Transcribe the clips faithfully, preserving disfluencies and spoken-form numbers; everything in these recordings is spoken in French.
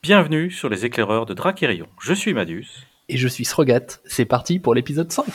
Bienvenue sur les éclaireurs de Drakérion. Je suis Madius. Et je suis Srogat. C'est parti pour l'épisode cinq.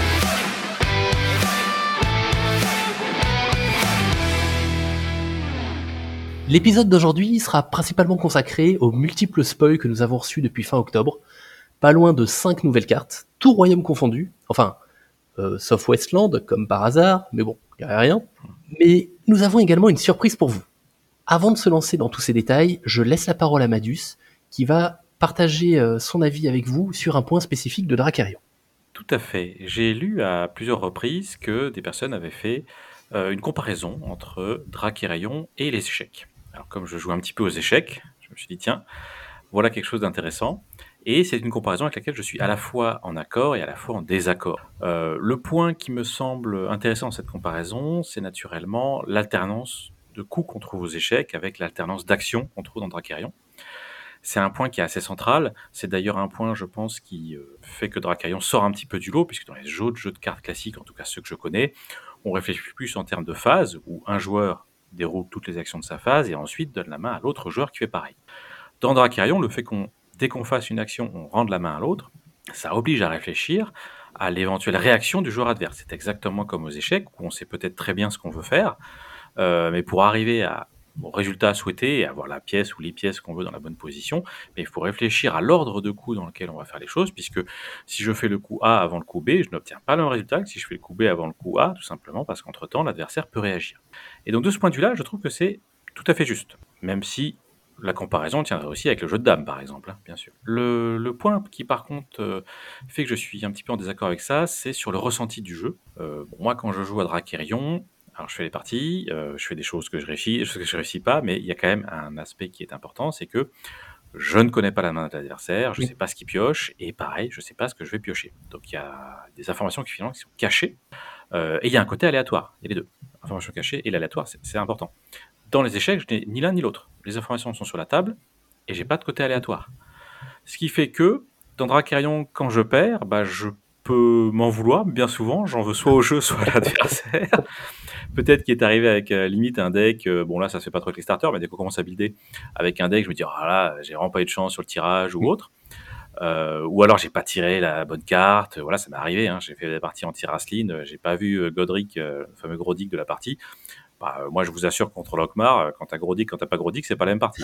L'épisode d'aujourd'hui sera principalement consacré aux multiples spoils que nous avons reçus depuis fin octobre. Pas loin de cinq nouvelles cartes, tout royaume confondu. Enfin, euh, sauf Westland, comme par hasard, mais bon, il n'y a rien. Mais nous avons également une surprise pour vous. Avant de se lancer dans tous ces détails, je laisse la parole à Madius, qui va partager euh, son avis avec vous sur un point spécifique de Drakérion. Tout à fait. J'ai lu à plusieurs reprises que des personnes avaient fait euh, une comparaison entre Drakérion et les échecs. Alors comme je joue un petit peu aux échecs, je me suis dit tiens, voilà quelque chose d'intéressant. Et c'est une comparaison avec laquelle je suis à la fois en accord et à la fois en désaccord. Euh, le point qui me semble intéressant dans cette comparaison, c'est naturellement l'alternance de coups qu'on trouve aux échecs avec l'alternance d'actions qu'on trouve dans Drakérion. C'est un point qui est assez central. C'est d'ailleurs un point, je pense, qui euh, fait que Drakérion sort un petit peu du lot, puisque dans les autres jeux de cartes classiques, en tout cas ceux que je connais, on réfléchit plus en termes de phase, où un joueur déroule toutes les actions de sa phase et ensuite donne la main à l'autre joueur qui fait pareil. Dans Drakérion, le fait qu'on, dès qu'on fasse une action, on rende la main à l'autre, ça oblige à réfléchir à l'éventuelle réaction du joueur adverse. C'est exactement comme aux échecs, où on sait peut-être très bien ce qu'on veut faire, euh, mais pour arriver à au résultat souhaité et avoir la pièce ou les pièces qu'on veut dans la bonne position, mais il faut réfléchir à l'ordre de coups dans lequel on va faire les choses, puisque si je fais le coup A avant le coup B, je n'obtiens pas le même résultat que si je fais le coup B avant le coup A, tout simplement parce qu'entre-temps, l'adversaire peut réagir. Et donc de ce point de vue-là, je trouve que c'est tout à fait juste, même si la comparaison tiendrait aussi avec le jeu de dames, par exemple, hein, bien sûr. Le, le point qui, par contre, euh, fait que je suis un petit peu en désaccord avec ça, c'est sur le ressenti du jeu. Euh, bon, moi, quand je joue à Drakérion, alors je fais les parties, euh, je fais des choses que je réussis, des choses que je réussis pas, mais il y a quand même un aspect qui est important, c'est que je ne connais pas la main de l'adversaire, je ne Oui. sais pas ce qu'il pioche, et pareil, je ne sais pas ce que je vais piocher. Donc il y a des informations qui finalement qui sont cachées, euh, et il y a un côté aléatoire, il y a les deux. Information cachée et l'aléatoire, c'est, c'est important. Dans les échecs, je n'ai ni l'un ni l'autre. Les informations sont sur la table, et j'ai pas de côté aléatoire. Ce qui fait que, dans Drakérion, quand je perds, bah, je peux m'en vouloir, bien souvent, j'en veux soit au jeu, soit à l'adversaire. Peut-être qu'il est arrivé avec euh, limite un deck, euh, bon là ça se fait pas trop avec les starters, mais dès qu'on commence à builder avec un deck, je me dis ah là j'ai vraiment pas eu de chance sur le tirage ou autre, euh, ou alors j'ai pas tiré la bonne carte, voilà ça m'est arrivé, hein, j'ai fait des parties anti-Rasslin, euh, j'ai pas vu euh, Godric, euh, le fameux gros dick de la partie, bah, euh, moi je vous assure contre Lokmar, euh, quand t'as gros dick, quand t'as pas gros dick, c'est pas la même partie.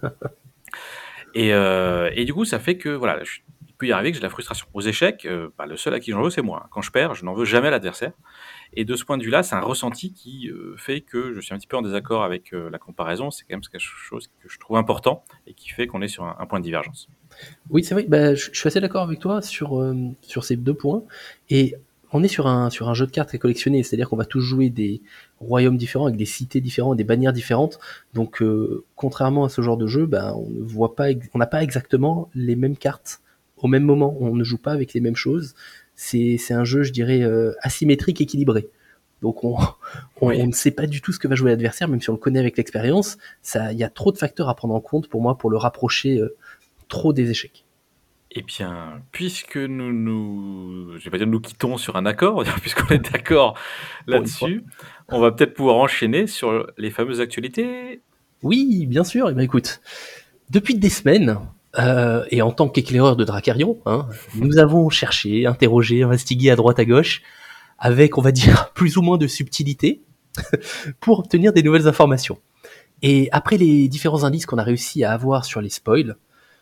et, euh, et du coup ça fait que voilà, je, il peut y arriver que j'ai de la frustration. Aux échecs, euh, bah, le seul à qui j'en veux c'est moi, quand je perds je n'en veux jamais à l'adversaire. Et de ce point de vue-là, c'est un ressenti qui euh, fait que je suis un petit peu en désaccord avec euh, la comparaison. C'est quand même quelque chose que je trouve important et qui fait qu'on est sur un, un point de divergence. Oui, c'est vrai, bah, je, je suis assez d'accord avec toi sur, euh, sur ces deux points. Et on est sur un, sur un jeu de cartes très collectionné, c'est-à-dire qu'on va tous jouer des royaumes différents, avec des cités différentes, des bannières différentes. Donc, euh, contrairement à ce genre de jeu, bah, on ne voit pas, ex- on n'a pas exactement les mêmes cartes au même moment. On ne joue pas avec les mêmes choses. C'est, c'est un jeu, je dirais, euh, asymétrique, équilibré. Donc on, on, Oui. on ne sait pas du tout ce que va jouer l'adversaire, même si on le connaît avec l'expérience. Ça, il y a trop de facteurs à prendre en compte pour moi pour le rapprocher euh, trop des échecs. Eh bien, puisque nous nous, je vais pas dire nous quittons sur un accord, on va dire puisqu'on est d'accord Pour une fois. là-dessus, on va peut-être pouvoir enchaîner sur les fameuses actualités. Oui, bien sûr. Et ben écoute, depuis des semaines, euh, et en tant qu'éclaireur de Drakérion, hein, nous avons cherché, interrogé, investigué à droite à gauche, avec, on va dire, plus ou moins de subtilité, pour obtenir des nouvelles informations. Et après les différents indices qu'on a réussi à avoir sur les spoils,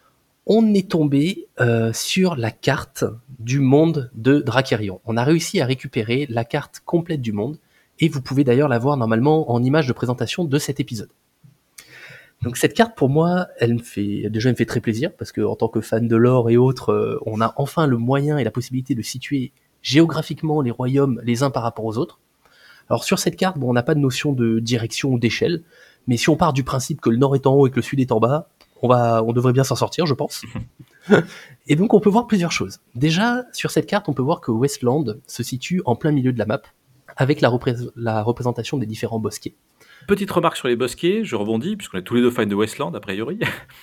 on est tombé euh, sur la carte du monde de Drakérion. On a réussi à récupérer la carte complète du monde, et vous pouvez d'ailleurs la voir normalement en image de présentation de cet épisode. Donc cette carte pour moi, elle me fait déjà elle me fait très plaisir parce que en tant que fan de lore et autres, euh, on a enfin le moyen et la possibilité de situer géographiquement les royaumes les uns par rapport aux autres. Alors sur cette carte, bon, on n'a pas de notion de direction ou d'échelle, mais si on part du principe que le nord est en haut et que le sud est en bas, on va, on devrait bien s'en sortir, je pense. Et donc on peut voir plusieurs choses. Déjà, sur cette carte, on peut voir que Westland se situe en plein milieu de la map, avec la, repré- la représentation des différents bosquets. Petite remarque sur les bosquets, je rebondis, puisqu'on est tous les deux fans de Westland, a priori.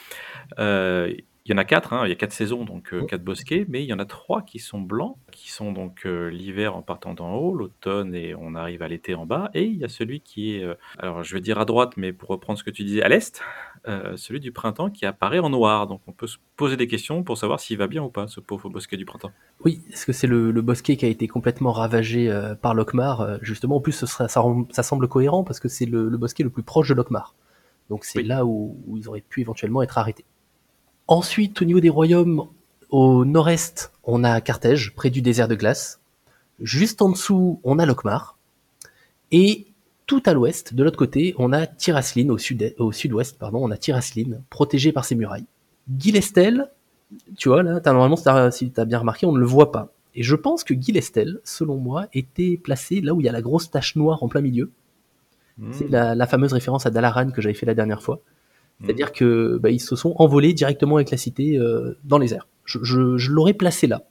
Euh, il y en a quatre, hein, il y a quatre saisons, donc euh, quatre bosquets, mais il y en a trois qui sont blancs, qui sont donc euh, l'hiver en partant d'en haut, l'automne et on arrive à l'été en bas, et il y a celui qui est, euh, alors je vais dire à droite, mais pour reprendre ce que tu disais, à l'est, heu, celui du printemps qui apparaît en noir. Donc on peut se poser des questions pour savoir s'il va bien ou pas, ce pauvre bosquet du printemps. Oui, est-ce que c'est le, le bosquet qui a été complètement ravagé euh, par Locmar euh, justement, en plus, ce sera, ça, rend- ça semble cohérent parce que c'est le, le bosquet le plus proche de Locmar. Donc c'est Oui. là où, où ils auraient pu éventuellement être arrêtés. Ensuite, au niveau des royaumes, au nord-est, on a Carthage, près du désert de glace. Juste en dessous, on a Locmar. Et tout à l'ouest, de l'autre côté, on a Tiraslin, au, sud au sud-ouest, pardon, on a Tiraslin, protégé par ses murailles. Gilestel, tu vois, là, as, normalement, si tu as bien remarqué, on ne le voit pas. Et je pense que Gilestel, selon moi, était placé là où il y a la grosse tache noire en plein milieu. C'est Mmh. la, la fameuse référence à Dalaran que j'avais fait la dernière fois. Mmh. C'est-à-dire que bah, ils se sont envolés directement avec la cité euh, dans les airs. Je, je, je l'aurais placé là.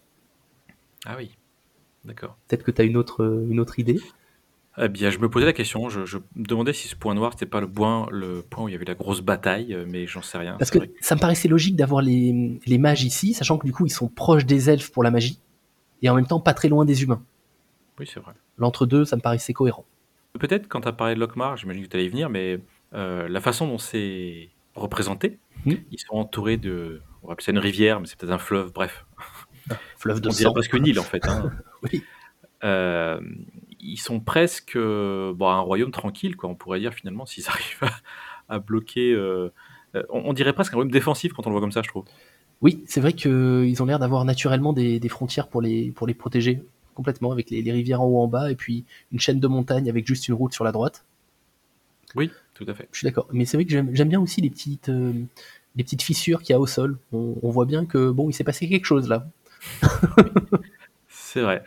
Ah oui, d'accord. Peut-être que tu as une autre, une autre idée. Eh bien, je me posais la question, je je me demandais si ce point noir, c'était pas le point le point où il y avait la grosse bataille, heu, mais j'en sais rien, Parce c'est que vrai que ça me paraissait logique d'avoir les, les mages ici, sachant que du coup ils sont proches des elfes pour la magie, et en même temps pas très loin des humains. oui, c'est vrai. L'entre-deux, ça me paraissait cohérent. Peut-être quand tu as parlé de Locmar, j'imagine que tu allais y venir, mais heu, la façon dont c'est représenté, Hmm, ils sont entourés de on va appeler ça une rivière, mais c'est peut-être un fleuve, bref. fleuve de On dirait sang. presque une île en fait, hein. Oui. Hem, ils sont presque, heu, bon, un royaume tranquille quoi, on pourrait dire finalement s'ils arrivent à à bloquer, heu heu, on on dirait presque un royaume défensif quand on le voit comme ça, je trouve. Oui, c'est vrai qu'ils ont l'air d'avoir naturellement des, des frontières pour les, pour les protéger complètement, avec les, les rivières en haut en bas, et puis une chaîne de montagnes avec juste une route sur la droite. Oui, tout à fait. Je suis d'accord. Mais c'est vrai que j'aime j'aime bien aussi les petites, euh, les petites fissures qu'il y a au sol. On, on voit bien que bon, il s'est passé quelque chose là. Oui, c'est vrai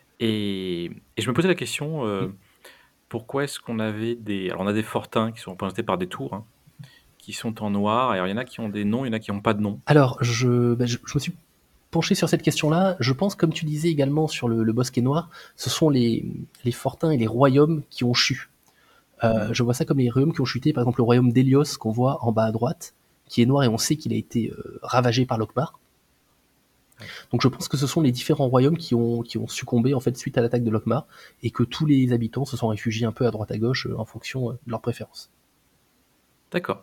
et et je me posais la question, Hmm. heu, pourquoi est-ce qu'on avait des alors on a des fortins qui sont représentés par des tours, hein, qui sont en noir. Alors il y en a qui ont des noms, il y en a qui ont pas de nom. Alors, je, ben, je, je me suis penché sur cette question-là. Je pense, comme tu disais également sur le, le bosquet noir, ce sont les, les fortins et les royaumes qui ont chu. Euh, Mmh. je vois ça comme les royaumes qui ont chuté, par exemple le royaume d'Hélios qu'on voit en bas à droite, qui est noir et on sait qu'il a été euh, ravagé par Locmar. Ouais. Donc je pense que ce sont les différents royaumes qui ont, qui ont succombé en fait suite à l'attaque de Locmar et que tous les habitants se sont réfugiés un peu à droite à gauche euh, en fonction euh, de leurs préférences. D'accord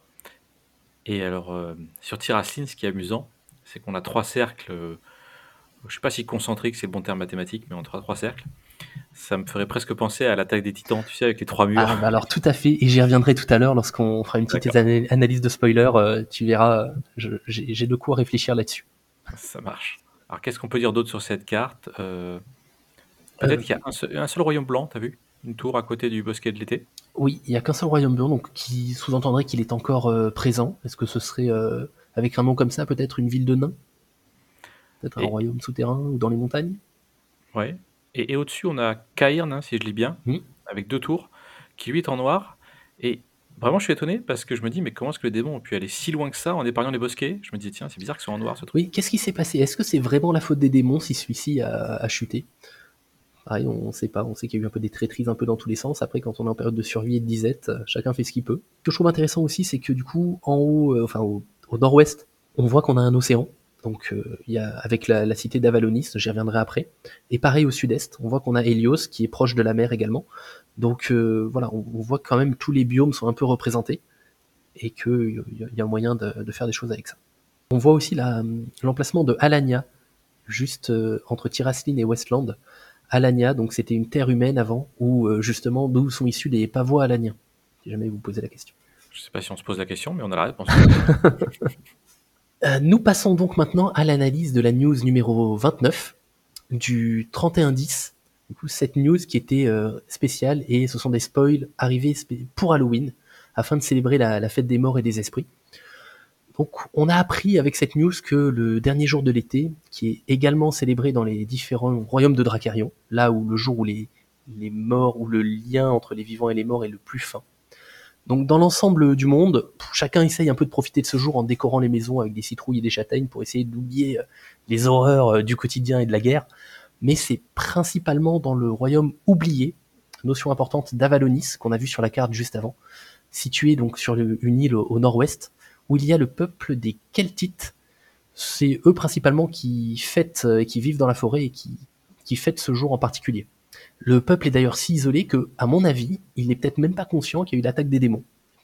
et alors, hem, sur Tiraslin, ce qui est amusant, c'est qu'on a trois cercles, heu, je sais pas si concentriques, c'est le bon terme mathématique, mais on a trois cercles. Ça me ferait presque penser à l'attaque des Titans, tu sais, avec les trois murs. Ah bah alors tout à fait, et j'y reviendrai tout à l'heure lorsqu'on fera une petite D'accord, ana- analyse de spoiler, euh, tu verras, euh, je- j'ai j'ai de quoi réfléchir là-dessus. ça marche. Alors qu'est-ce qu'on peut dire d'autre sur cette carte? Heu, peut-être Euh, qu'il y a un seul un seul royaume blanc, tu as vu? Une tour à côté du bosquet de l'été? oui, il n'y a qu'un seul royaume blanc, donc qui sous-entendrait qu'il est encore euh, présent. Est-ce que ce serait, euh, avec un nom comme ça, peut-être une ville de nains? Peut-être un Et royaume souterrain ou dans les montagnes? ouais et et au-dessus, on a Caïrn, hein, si je lis bien, Hmm. avec deux tours, qui lui est en noir et vraiment je suis étonné parce que je me dis: «Mais comment est-ce que les démons ont pu aller si loin que ça en épargnant les bosquets?» Je me dis: «Tiens, c'est bizarre qu'ils soient en noir ce truc». Oui, qu'est-ce qui s'est passé? Est-ce que c'est vraiment la faute des démons si celui-ci a, a chuté? Pareil, on ne sait pas. On sait qu'il y a eu un peu des traîtrises un peu dans tous les sens. Après, quand on est en période de survie et de disette, euh, chacun fait ce qu'il peut. Ce que je trouve intéressant aussi, c'est que du coup, en haut, euh, enfin au, au nord-ouest, on voit qu'on a un océan. Donc, euh, il y a avec la, la cité d'Avalonis, j'y reviendrai après. Et pareil au sud-est, on voit qu'on a Hélios qui est proche de la mer également. Donc euh, voilà, on, on voit que quand même tous les biomes sont un peu représentés et qu'il y, y a moyen de, de faire des choses avec ça. On voit aussi la- l'emplacement de Alania, juste euh, entre Tiraslin et Westland. Alania, donc c'était une terre humaine avant, où euh, justement d'où sont issus les pavois alaniens, si jamais vous posez la question. Je sais pas si on se pose la question, mais on a la réponse en tout cas. Euh, nous passons donc maintenant à l'analyse de la news numéro vingt-neuf du trente et un dix. Du coup, cette news qui était euh, spéciale, et ce sont des spoils arrivés spé- pour Halloween, afin de célébrer la, la fête des morts et des esprits. Donc, on a appris avec cette news que le dernier jour de l'été, qui est également célébré dans les différents royaumes de Dracarion, là où le jour où les, les morts, où le lien entre les vivants et les morts est le plus fin. Donc, dans l'ensemble du monde, chacun essaye un peu de profiter de ce jour en décorant les maisons avec des citrouilles et des châtaignes pour essayer d'oublier euh, les horreurs euh, du quotidien et de la guerre. Mais c'est principalement dans le royaume oublié, notion importante d'Avalonis, qu'on a vu sur la carte juste avant, situé donc sur le- une île au, au nord-ouest, où il y a le peuple des Keltites. C'est eux principalement qui fêtent et qui vivent dans la forêt et qui, qui fêtent ce jour en particulier. Le peuple est d'ailleurs si isolé que, à mon avis, il n'est peut-être même pas conscient qu'il y a eu l'attaque des démons.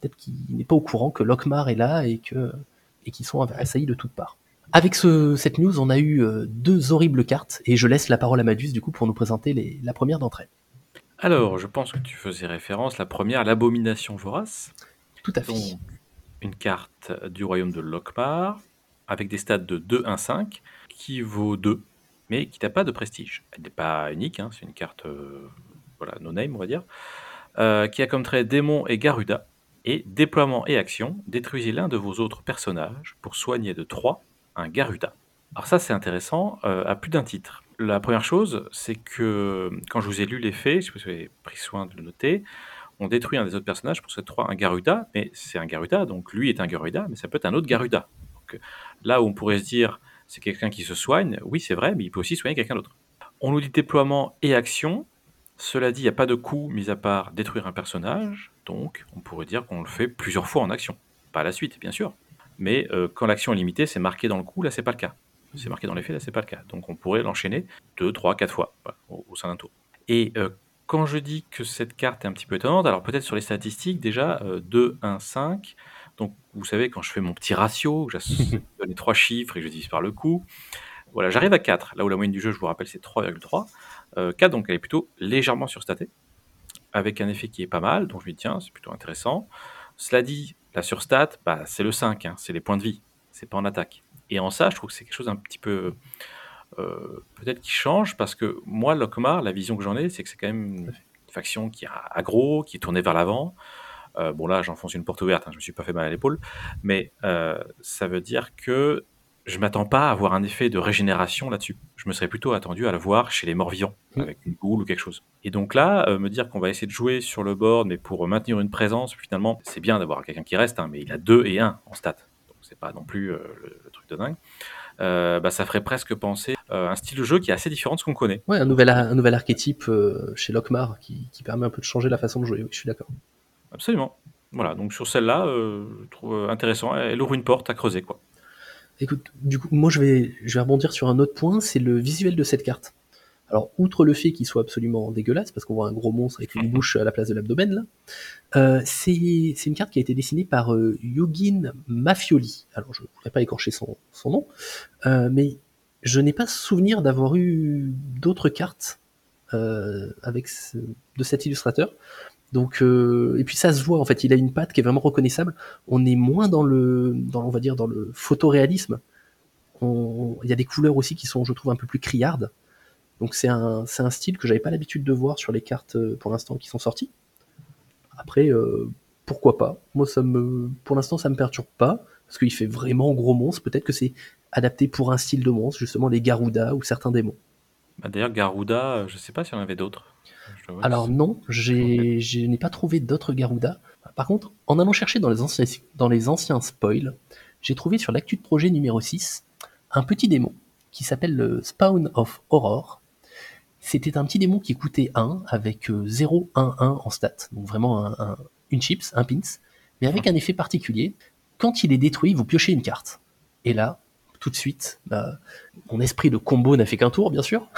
peut-être qu'il n'est pas au courant que Lockmar est là et que et qu'ils sont assaillis de toutes parts. Avec ce, cette news, on a eu euh, deux horribles cartes, et je laisse la parole à Madus, du coup, pour nous présenter les, la première d'entre elles. Alors, je pense que tu faisais référence, la première, l'abomination vorace. Tout à fait. Donc, une carte du royaume de Lockmar, avec des stats de deux, un, cinq, qui vaut deux, mais qui n'a pas de prestige. Elle n'est pas unique, hein, c'est une carte euh, voilà, no-name, on va dire, euh, qui a comme trait démon et Garuda, et déploiement et action, détruisez l'un de vos autres personnages pour soigner de trois un Garuda. Alors ça, c'est intéressant, euh, à plus d'un titre. La première chose, c'est que quand je vous ai lu les faits, je sais pas si vous avez pris soin de le noter, on détruit un des autres personnages pour cette trois un Garuda, mais c'est un Garuda, donc lui est un Garuda, mais ça peut être un autre Garuda. Donc, là où on pourrait se dire, c'est quelqu'un qui se soigne, oui c'est vrai, mais il peut aussi soigner quelqu'un d'autre. On nous dit déploiement et action, cela dit, il n'y a pas de coût mis à part détruire un personnage, donc on pourrait dire qu'on le fait plusieurs fois en action. Pas à la suite, bien sûr, mais euh, quand l'action est limitée, c'est marqué dans le coup, là c'est pas le cas. C'est marqué dans les faits, là c'est pas le cas. Donc on pourrait l'enchaîner deux, trois, quatre fois voilà, au, au sein d'un tour. Et euh, quand je dis que cette carte est un petit peu étonnante, alors peut-être sur les statistiques déjà, euh, deux, un, cinq, donc vous savez quand je fais mon petit ratio, je donne les trois chiffres et que je divise par le coup, voilà, j'arrive à quatre, là où la moyenne du jeu, je vous rappelle, c'est trois virgule trois. Euh, quatre, donc elle est plutôt légèrement surstatée, avec un effet qui est pas mal, donc je me dis tiens, c'est plutôt intéressant. Cela dit, la surstat, bah, c'est le cinq, hein, c'est les points de vie, c'est pas en attaque. Et en ça, je trouve que c'est quelque chose un petit peu... Euh, peut-être qui change, parce que moi, Lockmar, la vision que j'en ai, c'est que c'est quand même une faction qui est aggro, qui est tournée vers l'avant. Euh, bon là, j'enfonce une porte ouverte, hein, je me suis pas fait mal à l'épaule, mais euh, ça veut dire que je m'attends pas à avoir un effet de régénération là-dessus. Je me serais plutôt attendu à le voir chez les morts-vivants, Mm. avec une goule ou quelque chose. Et donc là, euh, me dire qu'on va essayer de jouer sur le board, mais pour maintenir une présence, finalement, c'est bien d'avoir quelqu'un qui reste, hein, mais il a deux et un en stats. Donc c'est pas non plus euh, le, le truc de dingue. Euh, bah, ça ferait presque penser euh, un style de jeu qui est assez différent de ce qu'on connaît. Ouais, un nouvel, un nouvel archétype euh, chez Lockmar qui, qui permet un peu de changer la façon de jouer, oui, je suis d'accord. Absolument. Voilà, donc sur celle-là, euh, je trouve intéressant. Elle ouvre une porte à creuser, quoi. Écoute, du coup, moi je vais, je vais rebondir sur un autre point, c'est le visuel de cette carte. Alors, outre le fait qu'il soit absolument dégueulasse, parce qu'on voit un gros monstre avec une bouche à la place de l'abdomen, là, euh, c'est, c'est une carte qui a été dessinée par euh, Yugin Mafioli. Alors, je ne voudrais pas écorcher son, son nom, euh, mais je n'ai pas souvenir d'avoir eu d'autres cartes euh, avec ce, de cet illustrateur. Donc, euh, et puis ça se voit en fait, il a une patte qui est vraiment reconnaissable. On est moins dans le, dans, on va dire dans le photoréalisme. On- Il y a des couleurs aussi qui sont, je trouve, un peu plus criardes. Donc c'est un, c'est un style que j'avais pas l'habitude de voir sur les cartes euh, pour l'instant qui sont sorties. Après, euh, pourquoi pas. Moi, ça me, pour l'instant, ça me perturbe pas parce qu'il fait vraiment gros monstre. Peut-être que c'est adapté pour un style de monstre, justement les Garuda ou certains démons. Bah, d'ailleurs, Garuda, euh, je sais pas s'il y en avait d'autres. Je dois avouer que Alors c'est- non, j'ai, je n'ai pas trouvé d'autres Garuda. Par contre, en allant chercher dans les anciens, dans les anciens spoils, j'ai trouvé sur l'actu de projet numéro six un petit démon qui s'appelle le Spawn of Horror. C'était un petit démon qui coûtait un avec euh, zéro, un, un en stats. Donc vraiment un, un- une chips, un pins, mais avec un effet particulier. Quand il est détruit, vous piochez une carte. Et là, tout de suite, bah, mon esprit de combo n'a fait qu'un tour, bien sûr.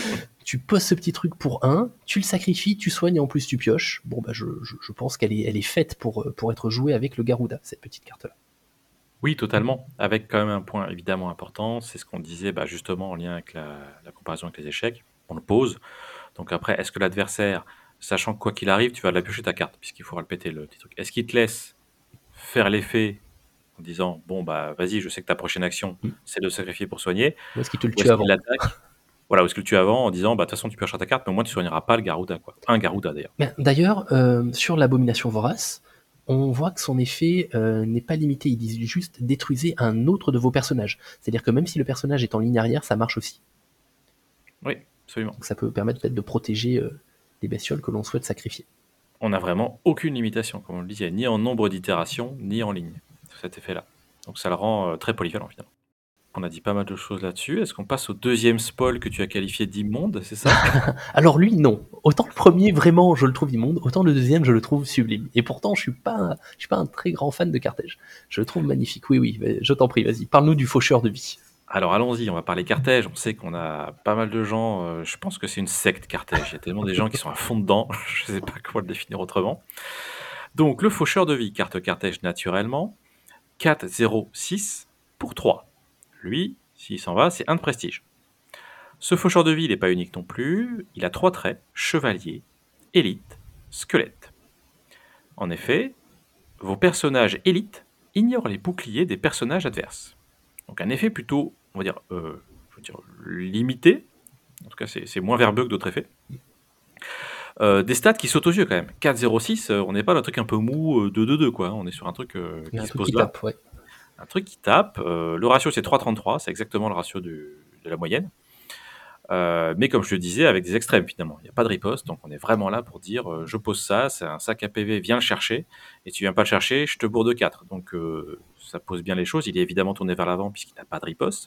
Tu poses ce petit truc pour un, tu le sacrifies, tu soignes et en plus tu pioches. Bon, bah, je, je, je pense qu'elle est, elle est faite pour, pour être jouée avec le Garuda, cette petite carte-là. Oui, totalement. Avec quand même un point évidemment important, c'est ce qu'on disait bah, justement en lien avec la, la comparaison avec les échecs. On le pose. Donc après, est-ce que l'adversaire, sachant que quoi qu'il arrive, tu vas la piocher ta carte, puisqu'il faudra le péter le petit truc. Est-ce qu'il te laisse faire l'effet en disant bon bah vas-y, je sais que ta prochaine action Mm. c'est de sacrifier pour soigner, Ou est-ce qu'il te le ou tue est-ce qu'il avant? l'attaque? Voilà, ou est-ce que le tue avant en disant bah de toute façon tu piocheras ta carte, mais au moins tu soigneras pas le Garuda quoi. Un Garuda d'ailleurs. Mais D'ailleurs, euh, sur l'abomination vorace, on voit que son effet euh, n'est pas limité. Il dit juste détruisez un autre de vos personnages. C'est-à-dire que même si le personnage est en ligne arrière, ça marche aussi. Oui, absolument. Donc ça peut permettre peut-être de protéger euh, les bestioles que l'on souhaite sacrifier. On n'a vraiment aucune limitation, comme on le disait, ni en nombre d'itérations, ni en ligne, cet effet-là. Donc ça le rend euh, très polyvalent finalement. On a dit pas mal de choses là-dessus. Est-ce qu'on passe au deuxième spoil que tu as qualifié d'immonde, c'est ça? Alors lui, non. Autant le premier, vraiment, je le trouve immonde, autant le deuxième, je le trouve sublime. Et pourtant, je suis pas, un, je suis pas un très grand fan de Carthège. Je le trouve magnifique. Oui, oui, mais je t'en prie, vas-y, parle-nous du faucheur de vie. Alors allons-y, on va parler Carthège. On sait qu'on a pas mal de gens. euh, je pense que c'est une secte Carthège. Il y a tellement des gens qui sont à fond dedans. Je sais pas comment le définir autrement. Donc le faucheur de vie, carte cartège naturellement, quatre zéro six pour trois. Lui, s'il s'en va, c'est un de prestige. Ce faucheur de vie, il n'est pas unique non plus. Il a trois traits, chevalier, élite, squelette. En effet, vos personnages élites ignorent les boucliers des personnages adverses. Donc un effet plutôt, on va dire, euh, je veux dire limité. En tout cas, c'est, c'est moins verbeux que d'autres effets. Euh, des stats qui sautent aux yeux quand même. quatre zéro six, euh, on n'est pas dans un truc un peu mou euh, deux deux deux, quoi. On est sur un truc euh, Il y a qui un se truc pose qui là. tape, ouais. Un truc qui tape. Euh, le ratio, c'est trois trente-trois. C'est exactement le ratio du, de la moyenne. Euh, mais comme je le disais, avec des extrêmes finalement. Il n'y a pas de riposte, donc on est vraiment là pour dire euh, je pose ça, c'est un sac à P V, viens le chercher, et tu viens pas le chercher, je te bourre de quatre. Donc euh, ça pose bien les choses. Il est évidemment tourné vers l'avant puisqu'il n'a pas de riposte.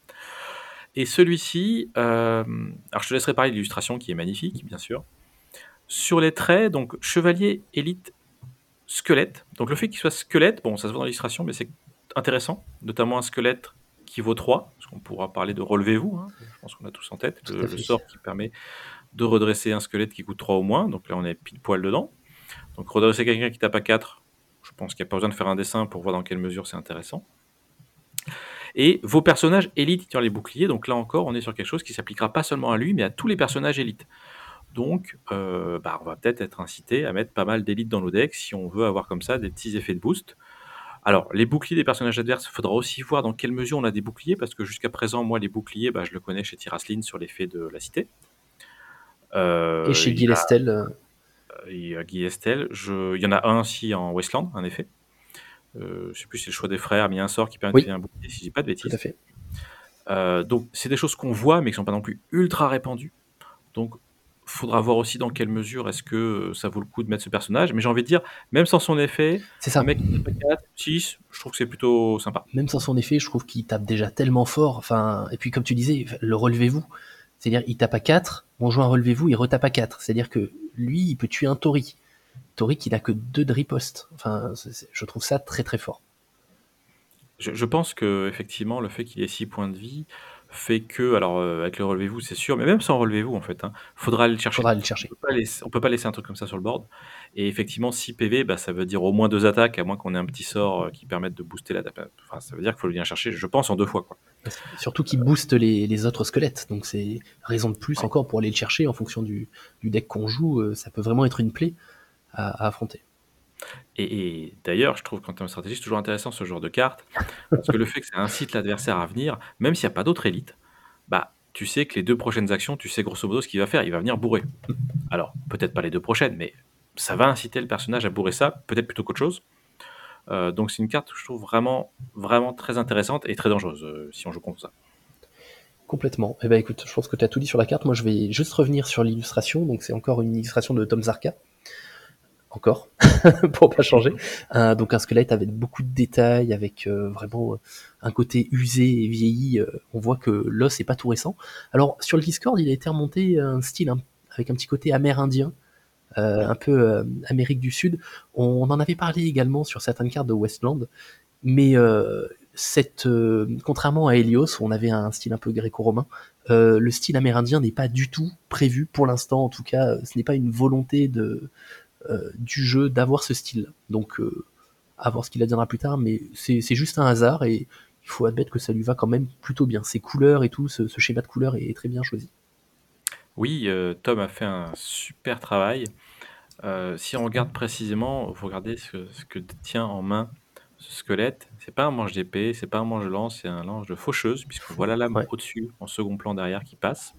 Et celui-ci, euh, alors je te laisserai parler de l'illustration qui est magnifique, bien sûr. Sur les traits, donc chevalier, élite, squelette. Donc le fait qu'il soit squelette, bon, ça se voit dans l'illustration, mais c'est intéressant, notamment un squelette qui vaut trois, parce qu'on pourra parler de relevez-vous, hein, je pense qu'on a tous en tête, Tout le, à le fait. sort qui permet de redresser un squelette qui coûte trois au moins, donc là on est pile poil dedans. Donc redresser quelqu'un qui tape à quatre, je pense qu'il n'y a pas besoin de faire un dessin pour voir dans quelle mesure c'est intéressant. Et vos personnages élites qui ont les boucliers, donc là encore on est sur quelque chose qui s'appliquera pas seulement à lui, mais à tous les personnages élites. Donc euh, bah, on va peut-être être incité à mettre pas mal d'élites dans nos decks si on veut avoir comme ça des petits effets de boost. Alors, les boucliers des personnages adverses, il faudra aussi voir dans quelle mesure on a des boucliers, parce que jusqu'à présent, moi, les boucliers, bah, je le connais chez Tiraslin sur l'effet de la cité. Et Euh, chez il y Guy a, Lestel, euh, il y a Guy Estel. Je, il y en a un aussi en Westland, en effet. Euh, je sais plus si c'est le choix des frères, mais il y a un sort qui permet de oui, filer un bouclier, si je dis pas de tout à bêtises. fait. Euh, donc, c'est des choses qu'on voit, mais qui sont pas non plus ultra répandues. Donc, faudra voir aussi dans quelle mesure est-ce que ça vaut le coup de mettre ce personnage. Mais j'ai envie de dire, même sans son effet, C'est un ça. mec qui tape à quatre, six, je trouve que c'est plutôt sympa. Même sans son effet, je trouve qu'il tape déjà tellement fort. Enfin, et puis comme tu disais, le relevez-vous. C'est-à-dire, il tape à quatre, on joue un relevez-vous, il retape à quatre. C'est-à-dire que lui, il peut tuer un Tori. Tori qui n'a que deux de riposte. Enfin, c'est- c'est- je trouve ça très très fort. Je, je pense que effectivement le fait qu'il ait six points de vie fait que, alors euh, avec le relevez-vous c'est sûr, mais même sans relevez-vous en fait, hein, faudra aller le chercher. Faudra aller le On chercher. peut pas laisser, on peut pas laisser un truc comme ça sur le board. Et effectivement six P V, bah, ça veut dire au moins deux attaques, à moins qu'on ait un petit sort euh, qui permette de booster la. Enfin, ça veut dire qu'il faut le bien chercher, je pense, en deux fois, quoi. Surtout qu'il booste les, les autres squelettes. Donc c'est raison de plus Ouais. encore pour aller le chercher en fonction du, du deck qu'on joue. euh, Ça peut vraiment être une plaie à, à affronter. Et, et d'ailleurs, je trouve qu'en termes de stratégie, c'est toujours intéressant ce genre de carte, parce que le fait que ça incite l'adversaire à venir, même s'il n'y a pas d'autres élites, bah tu sais que les deux prochaines actions, tu sais grosso modo ce qu'il va faire, il va venir bourrer. Alors, peut-être pas les deux prochaines, mais ça va inciter le personnage à bourrer ça, peut-être plutôt qu'autre chose. Euh, donc c'est une carte que je trouve vraiment, vraiment très intéressante et très dangereuse euh, si on joue contre ça. Complètement. Eh ben écoute, je pense que tu as tout dit sur la carte. Moi, je vais juste revenir sur l'illustration. Donc c'est encore une illustration de Tom Zarka. Encore, pour pas changer. Euh, donc un squelette avec beaucoup de détails, avec euh, vraiment euh, un côté usé et vieilli. Euh, on voit que l'os est pas tout récent. Alors sur le Discord, il a été remonté un style hein, avec un petit côté amérindien, euh, Ouais. un peu euh, Amérique du Sud. On en avait parlé également sur certaines cartes de Westland, mais euh, cette, euh, contrairement à Helios, où on avait un style un peu gréco-romain, euh, le style amérindien n'est pas du tout prévu pour l'instant. En tout cas, euh, ce n'est pas une volonté de euh, du jeu d'avoir ce style. Donc, euh, à voir ce qu'il adviendra plus tard, mais c'est c'est juste un hasard et il faut admettre que ça lui va quand même plutôt bien. Ses couleurs et tout, ce, ce schéma de couleurs est très bien choisi. Oui, euh, Tom a fait un super travail. Euh, si on regarde précisément, vous regardez ce, ce que tient en main ce squelette. C'est pas un manche d'épée, c'est pas un manche de lance, c'est un lance de faucheuse, puisqu'on voit la lame Ouais. au-dessus, en second plan derrière, qui passe.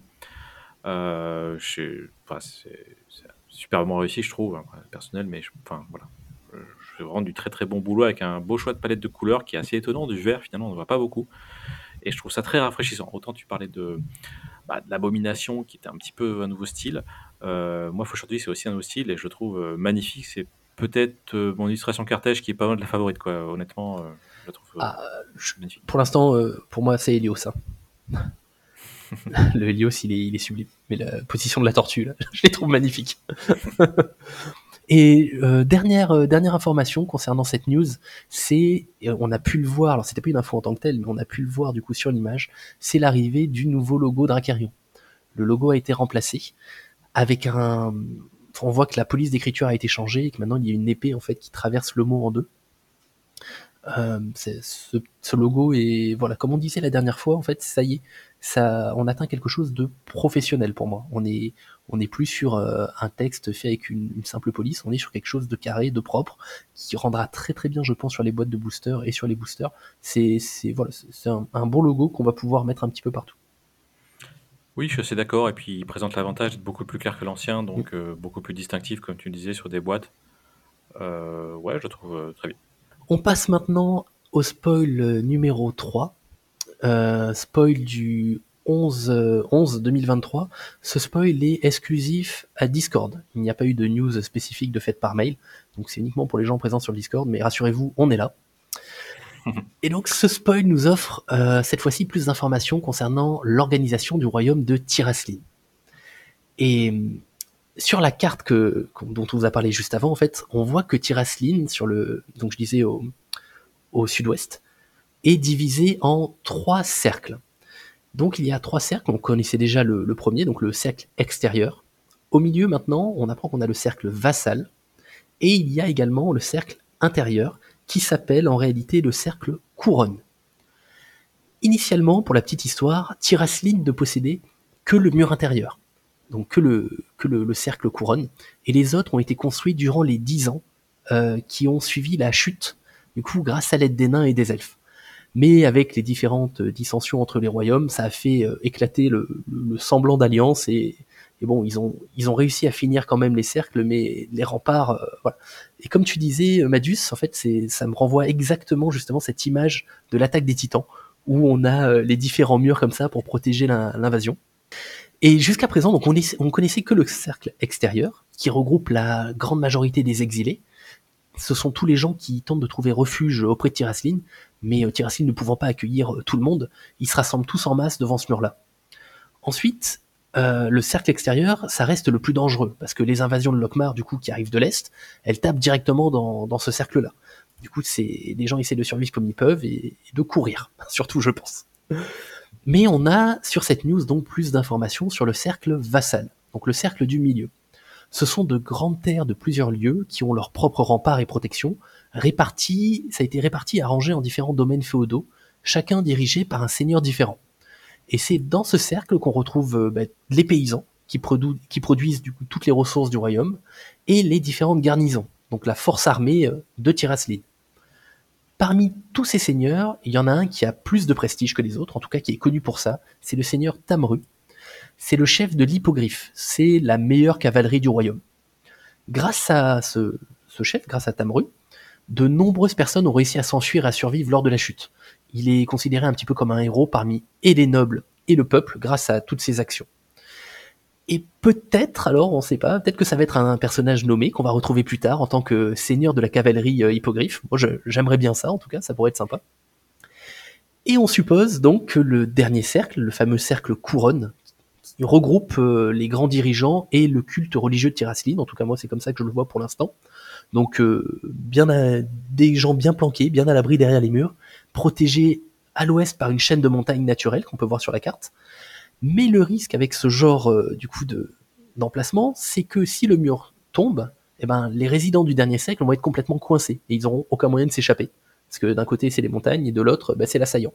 Euh, je- enfin, c'est c'est superbement réussi, je trouve, hein, personnel, mais je- enfin, voilà. Euh, Je fais vraiment du très très bon boulot avec un beau choix de palette de couleurs qui est assez étonnant. Du vert, finalement, on ne voit pas beaucoup. Et je trouve ça très rafraîchissant. Autant tu parlais de, bah, de l'abomination qui était un petit peu un nouveau style. Euh, moi, aujourd'hui, c'est aussi un nouveau style et je le trouve euh, magnifique. C'est peut-être euh, mon illustration cartège qui est pas loin de la favorite, quoi. Honnêtement, euh, je la trouve euh, Ah, je- magnifique. pour l'instant, euh, pour moi, c'est Helios. Hein. Le Helios, il est, il est sublime. Mais la position de la tortue, là, je les trouve magnifiques. Et euh, dernière, euh, dernière information concernant cette news, c'est, euh, on a pu le voir, alors c'était pas une info en tant que telle, mais on a pu le voir du coup sur l'image, c'est l'arrivée du nouveau logo Dracarion. Le logo a été remplacé avec un, on voit que la police d'écriture a été changée et que maintenant il y a une épée en fait qui traverse le mot en deux. Euh, c'est- ce, ce logo est, voilà, comme on disait la dernière fois, en fait, ça y est, ça, on atteint quelque chose de professionnel pour moi. On est, on n'est plus sur euh, un texte fait avec une, une simple police, on est sur quelque chose de carré, de propre, qui rendra très très bien, je pense, sur les boîtes de boosters et sur les boosters. C'est, c'est voilà, c'est c'est un, un bon logo qu'on va pouvoir mettre un petit peu partout. Oui, je suis assez d'accord et puis il présente l'avantage d'être beaucoup plus clair que l'ancien, Mm. donc heu, beaucoup plus distinctif comme tu le disais sur des boîtes. Heu, ouais, je le trouve, heu, très bien. On passe maintenant au spoil euh, numéro trois. Euh, spoil du onze, euh, onze deux mille vingt-trois. Ce spoil est exclusif à Discord. Il n'y a pas eu de news spécifique de fait par mail, donc c'est uniquement pour les gens présents sur le Discord, mais rassurez-vous, on est là. Et donc ce spoil nous offre euh, cette fois-ci plus d'informations concernant l'organisation du royaume de Tiraslin. Et euh, sur la carte que, dont on vous a parlé juste avant, en fait, on voit que Tiraslin, sur le, donc je disais au, au sud-ouest, est divisé en trois cercles. Donc il y a trois cercles, on connaissait déjà le, le premier, donc le cercle extérieur. Au milieu maintenant, on apprend qu'on a le cercle vassal, et il y a également le cercle intérieur, qui s'appelle en réalité le cercle couronne. Initialement, pour la petite histoire, Tiraslin ne possédait que le mur intérieur, donc que le, que le, le cercle couronne, et les autres ont été construits durant les dix ans euh, qui ont suivi la chute, du coup grâce à l'aide des nains et des elfes. Mais avec les différentes dissensions entre les royaumes, ça a fait euh, éclater le, le, le semblant d'alliance et, et bon, ils ont, ils ont réussi à finir quand même les cercles, mais les remparts, euh, voilà. Et comme tu disais, Madus, en fait, c'est, ça me renvoie exactement justement cette image de l'attaque des Titans, où on a euh, les différents murs comme ça pour protéger l'invasion. Et jusqu'à présent, donc on, est, on connaissait que le cercle extérieur, qui regroupe la grande majorité des exilés. Ce sont tous les gens qui tentent de trouver refuge auprès de Tiraslin, mais euh, Tiraslin ne pouvant pas accueillir euh, tout le monde, ils se rassemblent tous en masse devant ce mur-là. Ensuite, euh, le cercle extérieur, ça reste le plus dangereux, parce que les invasions de Lokmar, du coup, qui arrivent de l'Est, elles tapent directement dans, dans ce cercle-là. Du coup, c'est, les gens essaient de survivre comme ils peuvent et, et de courir, surtout, je pense. Mais on a, sur cette news, donc, plus d'informations sur le cercle vassal, donc le cercle du milieu. Ce sont de grandes terres de plusieurs lieux qui ont leurs propres remparts et protections, répartis, ça a été réparti et arrangé en différents domaines féodaux, chacun dirigé par un seigneur différent. Et c'est dans ce cercle qu'on retrouve euh, bah, les paysans qui, produ- qui produisent du coup, toutes les ressources du royaume et les différentes garnisons, donc la force armée euh, de Tiraslin. Parmi tous ces seigneurs, il y en a un qui a plus de prestige que les autres, en tout cas qui est connu pour ça, c'est le seigneur Tamru. C'est le chef de l'hippogriffe, c'est la meilleure cavalerie du royaume. Grâce à ce, ce chef, grâce à Tamru, de nombreuses personnes ont réussi à s'enfuir et à survivre lors de la chute. Il est considéré un petit peu comme un héros parmi et les nobles et le peuple grâce à toutes ses actions. Et peut-être, alors on ne sait pas, peut-être que ça va être un personnage nommé qu'on va retrouver plus tard en tant que seigneur de la cavalerie euh, hippogriffe. Moi je, j'aimerais bien ça en tout cas, ça pourrait être sympa. Et on suppose donc que le dernier cercle, le fameux cercle couronne, qui regroupe euh, les grands dirigeants et le culte religieux de Tiraslin, en tout cas moi c'est comme ça que je le vois pour l'instant. Donc euh, bien à, des gens bien planqués, bien à l'abri derrière les murs, protégés à l'ouest par une chaîne de montagnes naturelles qu'on peut voir sur la carte. Mais le risque avec ce genre euh, du coup de d'emplacement, c'est que si le mur tombe, eh ben les résidents du dernier siècle vont être complètement coincés et ils n'auront aucun moyen de s'échapper. Parce que d'un côté c'est les montagnes et de l'autre ben, c'est l'assaillant.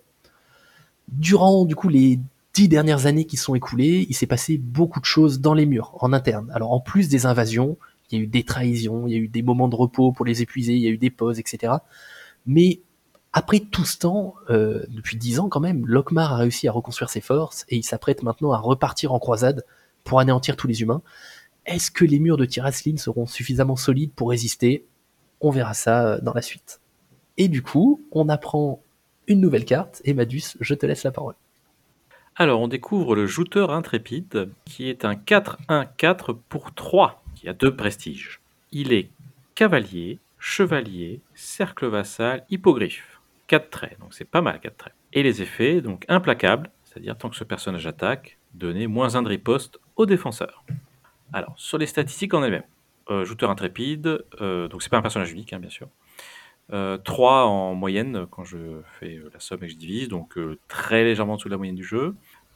Durant du coup les dix dernières années qui sont écoulées, il s'est passé beaucoup de choses dans les murs, en interne. Alors en plus des invasions, il y a eu des trahisons, il y a eu des moments de repos pour les épuiser, il y a eu des pauses, et cetera. Mais après tout ce temps, euh, depuis dix ans quand même, Lokmar a réussi à reconstruire ses forces et il s'apprête maintenant à repartir en croisade pour anéantir tous les humains. Est-ce que les murs de Tiraslin seront suffisamment solides pour résister? On verra ça dans la suite. Et du coup, on apprend une nouvelle carte et Madus, je te laisse la parole. Alors, on découvre le jouteur intrépide, qui est un quatre un quatre pour trois, qui a deux prestiges. Il est cavalier, chevalier, cercle vassal, hippogriffe. quatre traits, donc c'est pas mal quatre traits. Et les effets, donc implacable, c'est-à-dire tant que ce personnage attaque, donner moins un de riposte au défenseur. Alors, sur les statistiques en elles-mêmes, euh, jouteur intrépide, euh, donc c'est pas un personnage unique, hein, bien sûr. Euh, trois en moyenne quand je fais la somme et que je divise, donc euh, très légèrement en dessous de la moyenne du jeu.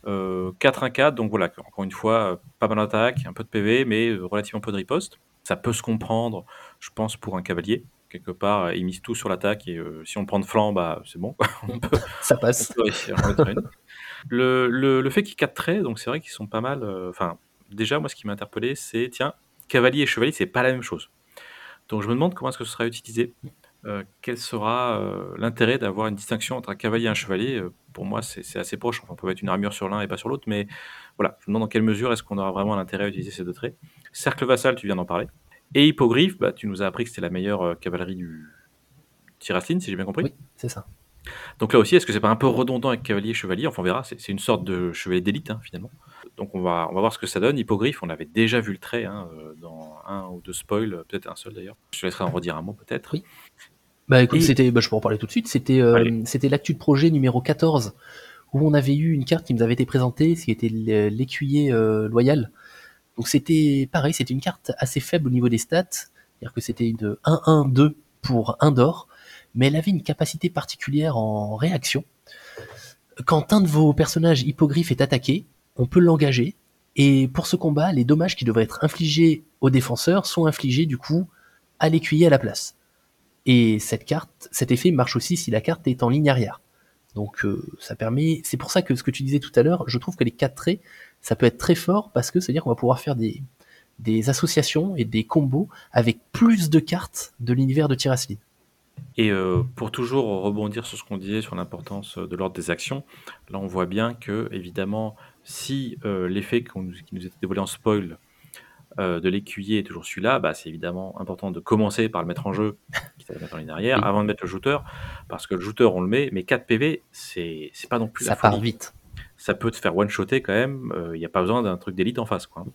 Euh, quatre un quatre, donc voilà, encore une fois, euh, pas mal d'attaque, un peu de P V, mais euh, relativement peu de riposte. Ça peut se comprendre, je pense, pour un cavalier. Quelque part, euh, ils misent tout sur l'attaque, et euh, si on prend de flanc, bah, c'est bon, on peut, Ça on passe. peut réussir à en mettre une. Le, le, le fait qu'ils quatre traits, donc c'est vrai qu'ils sont pas mal. euh, Enfin, déjà, moi, ce qui m'a interpellé, c'est tiens, cavalier et chevalier, c'est pas la même chose. Donc je me demande comment est-ce que ce sera utilisé. Euh, quel sera euh, l'intérêt d'avoir une distinction entre un cavalier et un chevalier? Euh, Pour moi, c'est c'est assez proche. Enfin, on peut mettre une armure sur l'un et pas sur l'autre, mais voilà, je me demande dans quelle mesure est-ce qu'on aura vraiment l'intérêt à utiliser ces deux traits. Cercle vassal, tu viens d'en parler. Et hippogriffe, bah, tu nous as appris que c'était la meilleure euh, cavalerie du Tirasline, si j'ai bien compris. Oui, c'est ça. Donc là aussi, est-ce que c'est pas un peu redondant avec cavalier et chevalier? Enfin, on verra, c'est c'est une sorte de chevalier d'élite, hein, finalement. Donc on va, on va voir ce que ça donne. Hippogriffe, on avait déjà vu le trait hein, euh, dans un ou deux spoils, peut-être un seul d'ailleurs. Je te laisserai en redire un mot peut-être. Oui. Bah écoute, Et c'était, bah, je peux en parler tout de suite. C'était, allez, euh, c'était l'actu de projet numéro quatorze où on avait eu une carte qui nous avait été présentée, ce qui était l'é- l'écuyer euh, loyal. Donc c'était pareil, c'était une carte assez faible au niveau des stats, c'est-à-dire que c'était une un un deux pour un d'or, mais elle avait une capacité particulière en réaction. Quand un de vos personnages hippogriffe est attaqué, on peut l'engager, et pour ce combat, les dommages qui devraient être infligés aux défenseurs sont infligés du coup à l'écuyer à la place. Et cette carte, cet effet marche aussi si la carte est en ligne arrière. Donc euh, ça permet, c'est pour ça que ce que tu disais tout à l'heure, je trouve que les quatre traits, ça peut être très fort parce que ça veut dire qu'on va pouvoir faire des, des associations et des combos avec plus de cartes de l'univers de Tirasline. et euh, pour toujours rebondir sur ce qu'on disait sur l'importance de l'ordre des actions, là on voit bien que, évidemment, si euh, l'effet qu'on nous- qui nous était dévoilé en spoil euh, de l'écuyer est toujours celui-là, bah, c'est évidemment important de commencer par le mettre en jeu, quitte à le mettre en ligne arrière, Oui, avant de mettre le shooter, parce que le shooter on le met, mais quatre P V, c'est c'est pas non plus la ça part folie. vite. Ça peut te faire one-shotter quand même, il n'y a pas besoin d'un truc d'élite en face, quoi.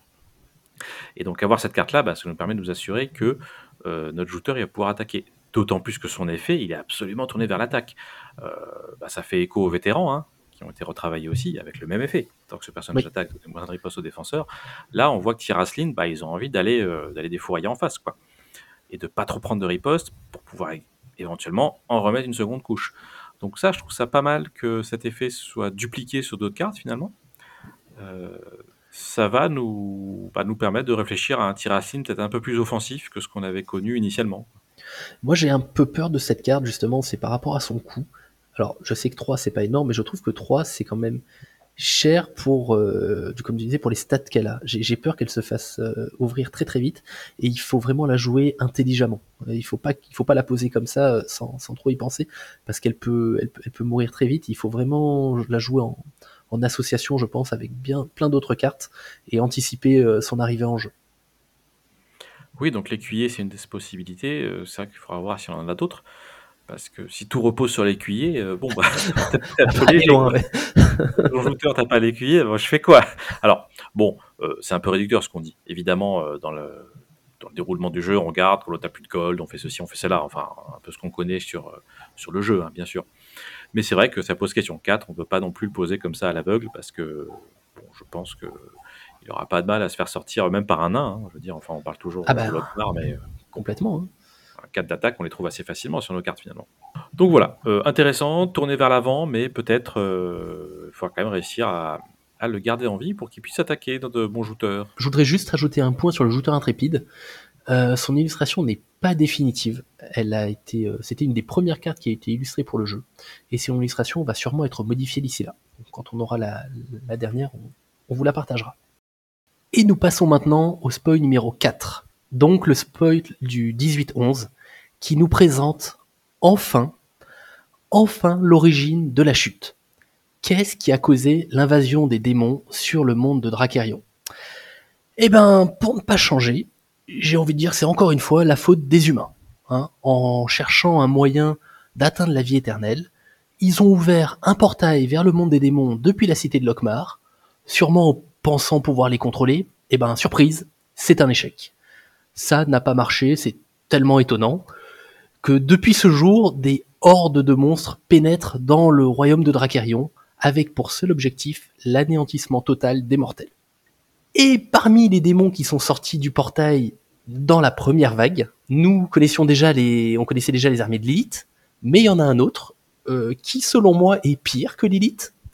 Et donc avoir cette carte-là, bah, ça nous permet de nous assurer que euh, notre shooter il va pouvoir attaquer. D'autant plus que son effet, il est absolument tourné vers l'attaque. Euh, bah, ça fait écho aux vétérans, hein, qui ont été retravaillés aussi avec le même effet. Tant que ce personnage Oui, attaque, donne moins de riposte aux défenseurs. Là, on voit que Tirasline, bah, ils ont envie d'aller euh, d'aller défourailler en face, quoi. Et de pas trop prendre de riposte pour pouvoir é- éventuellement en remettre une seconde couche. Donc ça, je trouve ça pas mal que cet effet soit dupliqué sur d'autres cartes, finalement. Euh, Ça va nous, bah, nous permettre de réfléchir à un Tirasine peut-être un peu plus offensif que ce qu'on avait connu initialement. moi j'ai un peu peur de cette carte justement, c'est par rapport à son coût. Alors je sais que trois c'est pas énorme, mais je trouve que trois c'est quand même cher pour, euh, comme tu disais, pour les stats qu'elle a. J'ai j'ai peur qu'elle se fasse euh, ouvrir très très vite et il faut vraiment la jouer intelligemment. Il faut pas, il faut pas la poser comme ça euh, sans, sans trop y penser parce qu'elle peut, elle, peut- elle peut mourir très vite. Il faut vraiment la jouer en, en association, je pense, avec bien plein d'autres cartes et anticiper euh, son arrivée en jeu. Oui, donc l'écuyer, c'est une des possibilités. Euh, c'est vrai qu'il faudra voir si on en a d'autres. Parce que si tout repose sur l'écuyer, euh, bon, bah, t'es un Ça peu va aller léger, loin. quoi. Ouais. Ton jouteur, t'as pas l'écuyer, moi, je fais quoi? Alors, bon, euh, c'est un peu réducteur ce qu'on dit. Évidemment, euh, dans le, dans le déroulement du jeu, on regarde, quand l'autre a plus de gold, on fait ceci, on fait cela. Enfin, un peu ce qu'on connaît sur, euh, sur le jeu, hein, bien sûr. Mais c'est vrai que ça pose question. quatre, on ne peut pas non plus le poser comme ça à l'aveugle parce que bon, je pense qu'il n'y aura pas de mal à se faire sortir, même par un nain. Hein. Je veux dire, enfin, on parle Ah toujours de ben Lothar, mais euh, complètement. Hein. un quatre d'attaque, on les trouve assez facilement sur nos cartes finalement. Donc voilà, euh, intéressant, tourner vers l'avant, mais peut-être il faudra quand même réussir à, à le garder en vie pour qu'il puisse attaquer dans de bons jouteurs. Je voudrais juste rajouter un point sur le jouteur intrépide. Euh, son illustration n'est pas définitive. Elle a été, euh, c'était une des premières cartes qui a été illustrée pour le jeu, et son illustration va sûrement être modifiée d'ici là. Donc, quand on aura la, la dernière, on, on vous la partagera. Et nous passons maintenant au spoil numéro quatre. Donc le spoil du dix-huit onze, qui nous présente enfin, enfin l'origine de la chute. Qu'est-ce qui a causé l'invasion des démons sur le monde de Dracarion? Eh ben, pour ne pas changer, j'ai envie de dire que c'est encore une fois la faute des humains. Hein. En cherchant un moyen d'atteindre la vie éternelle, ils ont ouvert un portail vers le monde des démons depuis la cité de Lokmar, sûrement en pensant pouvoir les contrôler. Eh ben, surprise, c'est un échec. Ça n'a pas marché, c'est tellement étonnant que depuis ce jour, des hordes de monstres pénètrent dans le royaume de Dracarion, avec pour seul objectif l'anéantissement total des mortels. Et parmi les démons qui sont sortis du portail dans la première vague, nous connaissions déjà les, on connaissait déjà les armées de Lilith, mais il y en a un autre euh, qui, selon moi, est pire que Lilith,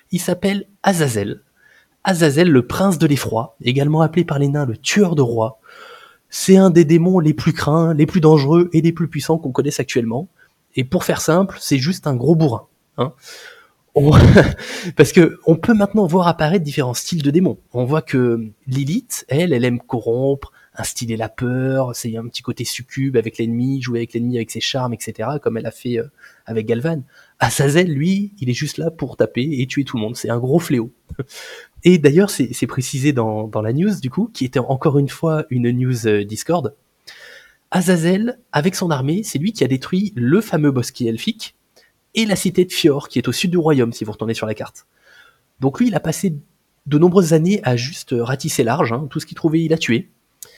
Il s'appelle Azazel. Azazel, le prince de l'effroi, également appelé par les nains le tueur de rois. C'est un des démons les plus craints, les plus dangereux et les plus puissants qu'on connaisse actuellement. Et pour faire simple, c'est juste un gros bourrin. Hein. On... Parce que on peut maintenant voir apparaître différents styles de démons. On voit que Lilith, elle, elle aime corrompre, instiller la peur, c'est un petit côté succube avec l'ennemi, jouer avec l'ennemi avec ses charmes, et cetera, comme elle a fait euh, avec Galvan. Azazel, lui, il est juste là pour taper et tuer tout le monde. C'est un gros fléau. Et d'ailleurs, c'est, c'est précisé dans, dans la news, du coup, qui était encore une fois une news euh, Discord. Azazel, avec son armée, c'est lui qui a détruit le fameux bosquet elfique et la cité de Fior, qui est au sud du royaume, si vous retournez sur la carte. Donc lui, il a passé de nombreuses années à juste ratisser large, hein, tout ce qu'il trouvait, il a tué.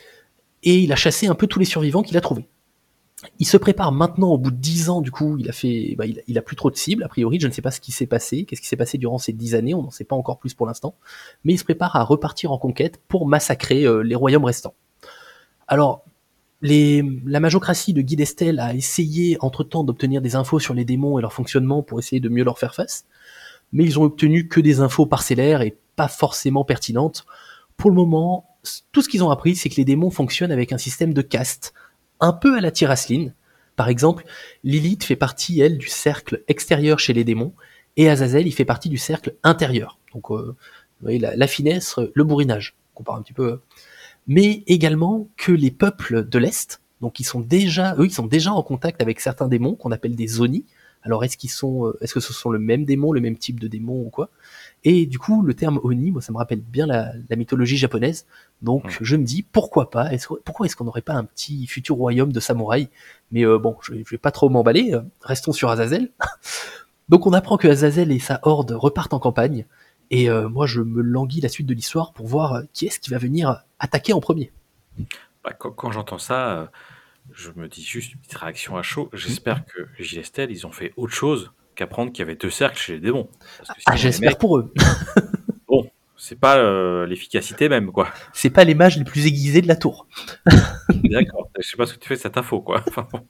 Et il a chassé un peu tous les survivants qu'il a trouvés. Il se prépare maintenant, au bout de dix ans, du coup, il a fait, bah, il, il a plus trop de cibles, a priori, je ne sais pas ce qui s'est passé, qu'est-ce qui s'est passé durant ces dix années, on n'en sait pas encore plus pour l'instant, mais il se prépare à repartir en conquête pour massacrer euh, les royaumes restants. Alors, les, la magocratie de Guy d'Estel a essayé, entre-temps, d'obtenir des infos sur les démons et leur fonctionnement pour essayer de mieux leur faire face, mais ils ont obtenu que des infos parcellaires et pas forcément pertinentes. Pour le moment, tout ce qu'ils ont appris, c'est que les démons fonctionnent avec un système de caste, un peu à la Tyrasline. Par exemple, Lilith fait partie, elle, du cercle extérieur chez les démons, et Azazel, il fait partie du cercle intérieur. Donc, euh, vous voyez, la, la finesse, le bourrinage, on compare un petit peu. Mais également que les peuples de l'Est, donc ils sont déjà, eux, ils sont déjà en contact avec certains démons qu'on appelle des Oni. Alors, est-ce qu'ils sont, est-ce que ce sont le même démon, le même type de démon ou quoi? Et du coup, le terme Oni, moi, ça me rappelle bien la, la mythologie japonaise. Donc, mmh. je me dis, pourquoi pas est-ce, Pourquoi est-ce qu'on n'aurait pas un petit futur royaume de samouraïs? Mais euh, bon, je, je vais pas trop m'emballer. Restons sur Azazel. Donc, on apprend que Azazel et sa horde repartent en campagne. Et euh, moi, je me languis la suite de l'histoire pour voir qui est-ce qui va venir attaquer en premier. Bah, quand, quand j'entends ça, euh, je me dis juste une petite réaction à chaud. J'espère mmh. que Gilles Estelle, ils ont fait autre chose qu'apprendre qu'il y avait deux cercles chez les démons. Parce que ah, j'espère mecs, pour eux. Bon, c'est pas euh, l'efficacité même, quoi. C'est pas les mages les plus aiguisés de la tour. D'accord, je sais pas ce que tu fais de cette info, quoi. Enfin, bon.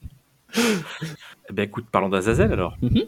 Eh bien, écoute, parlons d'Azazel, alors. Mm-hmm.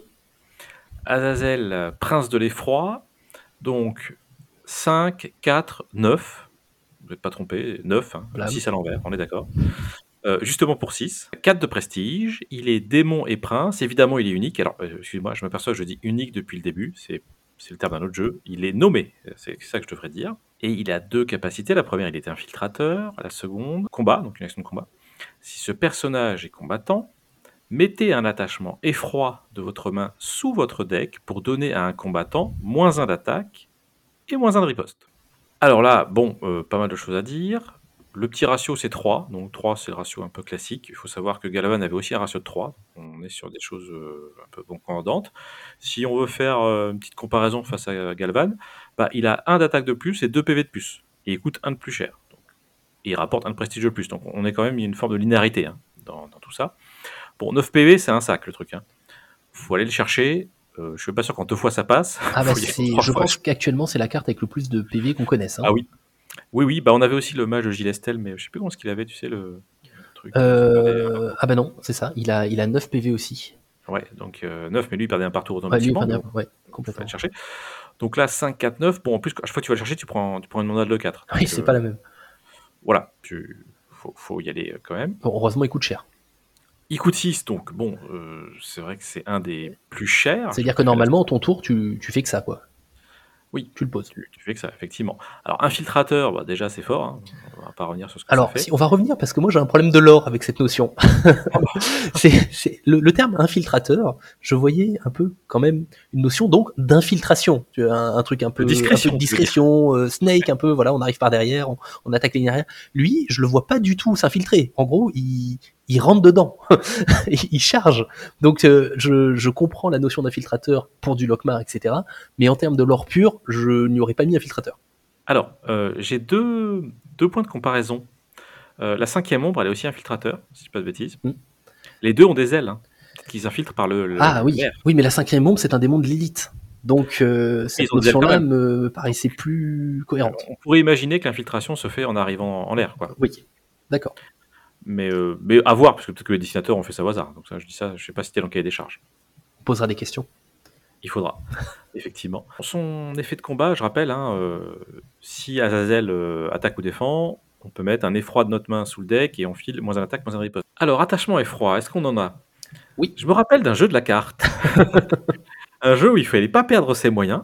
Azazel, prince de l'effroi, donc cinq, quatre, neuf, vous n'êtes pas trompé, neuf, hein, voilà. six à l'envers, on est d'accord. Euh, justement pour six, quatre de prestige, il est démon et prince, évidemment il est unique, alors euh, excuse-moi, je m'aperçois que je dis unique depuis le début, c'est, c'est le terme d'un autre jeu, il est nommé, c'est ça que je devrais dire, et il a deux capacités, la première il est infiltrateur, la seconde, combat, donc une action de combat. Si ce personnage est combattant, mettez un attachement effroi de votre main sous votre deck pour donner à un combattant moins un d'attaque et moins un de riposte. Alors là, bon, euh, pas mal de choses à dire. Le petit ratio, c'est trois. Donc trois, c'est le ratio un peu classique. Il faut savoir que Galvan avait aussi un ratio de trois. On est sur des choses euh, un peu concordantes. Si on veut faire euh, une petite comparaison face à Galvan, bah, il a un d'attaque de plus et deux P V de plus. Et il coûte un de plus cher. Donc, et il rapporte un de prestige de plus. Donc on est quand même, il y a une forme de linéarité hein, dans, dans tout ça. Bon, neuf P V, c'est un sac, le truc. Hein. Faut aller le chercher. Euh, je suis pas sûr qu'en deux fois ça passe. Ah bah c'est, je fois. pense qu'actuellement, c'est la carte avec le plus de P V qu'on connaisse. Hein. Ah oui. Oui, oui, bah on avait aussi le mage de Gilles Estelle, mais je sais plus comment ce qu'il avait, tu sais, le truc. Euh... Ah bah non, c'est ça. Il a, il a neuf P V aussi. Ouais, donc euh, neuf, mais lui, il perdait un partout automatiquement. Ouais, lui, il perdait un... ouais, complètement. Le chercher. Donc là, cinq, quatre, neuf. Bon, en plus, à chaque fois que tu vas le chercher, tu prends, tu prends une monade de quatre. Oui, donc, c'est euh, pas la même. Voilà, tu faut, faut y aller quand même. Bon, heureusement, il coûte cher. Il coûte six, donc bon, euh, c'est vrai que c'est un des plus chers. C'est-à-dire que normalement, ton tour, tu, tu fais que ça, quoi. Oui, tu le poses. Tu, tu fais que ça, effectivement. Alors, infiltrateur, bah, déjà, c'est fort. Hein. On va pas revenir sur ce que Alors, ça fait. Si, on va revenir parce que moi, j'ai un problème de lore avec cette notion. c'est, c'est, le, le terme infiltrateur, je voyais un peu quand même une notion donc d'infiltration. Tu vois, un, un truc un peu, discrétion, un peu de discrétion, euh, Snake, un peu, voilà, on arrive par derrière, on, on attaque les lignes arrière. Lui, je le vois pas du tout s'infiltrer. En gros, il, il rentre dedans, il charge. Donc, euh, je, je comprends la notion d'infiltrateur pour du Lockmar, et cetera. Mais en termes de lore pur, je n'y aurais pas mis infiltrateur. Alors, euh, j'ai deux, deux points de comparaison. Euh, la cinquième ombre, elle est aussi infiltrateur, si je dis pas de bêtises. Mm. Les deux ont des ailes, hein, qu'ils infiltrent par le, le Ah oui, l'air. Oui, mais la cinquième ombre, c'est un démon de Lilith. Donc, euh, cette notion-là me paraissait plus cohérente. Alors, on pourrait imaginer que l'infiltration se fait en arrivant en l'air, quoi. Oui, d'accord. Mais, euh, mais à voir, parce que peut-être que les dessinateurs ont fait ça au hasard. Donc ça, je dis ça, je sais pas si c'était dans le cahier des charges. On posera des questions. Il faudra, effectivement. Son effet de combat, je rappelle, hein, euh, si Azazel euh, attaque ou défend, on peut mettre un effroi de notre main sous le deck et on file moins un attaque, moins un riposte. Alors, attachement effroi, est-ce qu'on en a? Oui. Je me rappelle d'un jeu de la carte. Un jeu où il fallait pas perdre ses moyens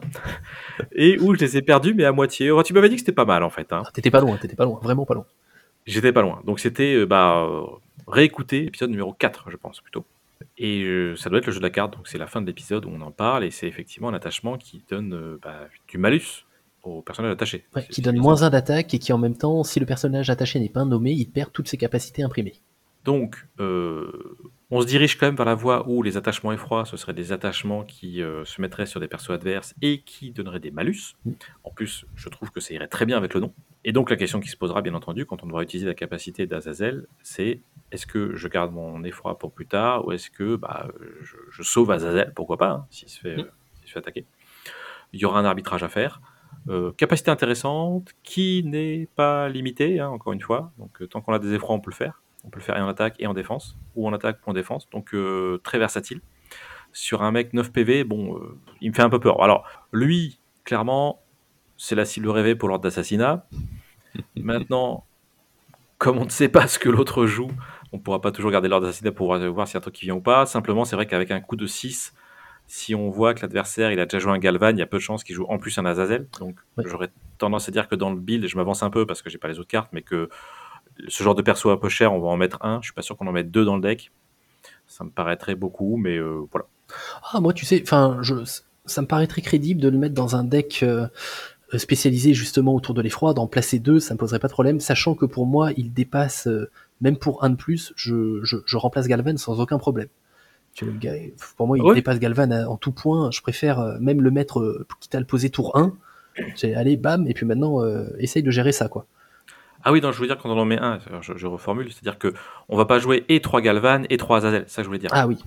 et où je les ai perdus, mais à moitié. Oh, tu m'avais dit que c'était pas mal, en fait. Hein. Ah, t'étais pas loin, t'étais pas loin, vraiment pas loin. J'étais pas loin. Donc, c'était euh, bah, euh, réécouter l'épisode numéro quatre, je pense, plutôt. Et euh, ça doit être le jeu de la carte, donc c'est la fin de l'épisode où on en parle, et c'est effectivement un attachement qui donne euh, bah, du malus au personnage attaché. Ouais, C'est qui c'est donne bien moins ça. un d'attaque et qui en même temps, si le personnage attaché n'est pas nommé, il perd toutes ses capacités imprimées. Donc, euh, on se dirige quand même vers la voie où les attachements effrois, ce seraient des attachements qui euh, se mettraient sur des persos adverses et qui donneraient des malus. Mm. En plus, je trouve que ça irait très bien avec le nom. Et donc, la question qui se posera, bien entendu, quand on devra utiliser la capacité d'Azazel, c'est est-ce que je garde mon effroi pour plus tard ou est-ce que bah, je, je sauve Azazel, pourquoi pas, hein, s'il se fait, Mm. euh, s'il se fait attaquer. Il y aura un arbitrage à faire. Euh, capacité intéressante qui n'est pas limitée, hein, encore une fois. Donc, euh, tant qu'on a des effrois, on peut le faire. On peut le faire et en attaque et en défense, ou en attaque ou en défense. Donc, euh, très versatile. Sur un mec neuf P V, bon, euh, il me fait un peu peur. Alors, lui, clairement, c'est la cible rêvée pour l'ordre d'assassinat. Maintenant, comme on ne sait pas ce que l'autre joue, on ne pourra pas toujours garder l'ordre d'assassinat pour voir s'il y a un truc qui vient ou pas. Simplement, c'est vrai qu'avec un coup de six, si on voit que l'adversaire il a déjà joué un Galvan, il y a peu de chances qu'il joue en plus un Azazel. Donc Ouais. j'aurais tendance à dire que dans le build, je m'avance un peu parce que j'ai pas les autres cartes, mais que ce genre de perso un peu cher, on va en mettre un. Je suis pas sûr qu'on en mette deux dans le deck. Ça me paraîtrait beaucoup, mais euh, voilà. Ah, moi, tu sais, enfin, je, ça me paraît très crédible de le mettre dans un deck euh, spécialisé justement autour de l'effroi, d'en placer deux, ça me poserait pas de problème, sachant que pour moi, il dépasse, euh, même pour un de plus, je, je, je remplace Galvan sans aucun problème. Tu vois, le gars, pour moi, il Ouais. dépasse Galvan à- en tout point. Je préfère euh, même le mettre, euh, quitte à le poser tour un. C'est allez, bam, et puis maintenant, euh, essaye de gérer ça, quoi. Ah oui, non, je veux dire quand on en met un, alors je, je reformule, c'est-à-dire que on va pas jouer et trois Galvan et trois Azazel, c'est ça que je voulais dire. Ah oui,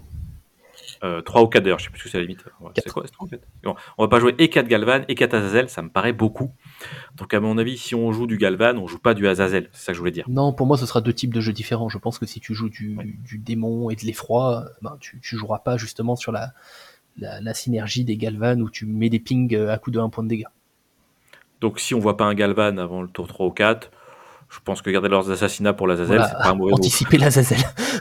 Euh, trois ou quatre d'ailleurs, je sais plus ce que c'est la limite. Ouais, c'est quatre. quoi, c'est trois, en fait. Bon, on va pas jouer et quatre Galvan et quatre Azazel, ça me paraît beaucoup. Donc à mon avis, si on joue du Galvan, on joue pas du Azazel, c'est ça que je voulais dire. Non, pour moi, ce sera deux types de jeux différents. Je pense que si tu joues du, Ouais. du démon et de l'effroi, ben, tu, tu joueras pas justement sur la, la, la synergie des Galvan où tu mets des pings à coup de un point de dégâts. Donc si on voit pas un Galvan avant le tour trois ou quatre, je pense que garder leurs assassinats pour l'Azazel, c'est Voilà, pas un mauvais move. anticiper l'Azazel.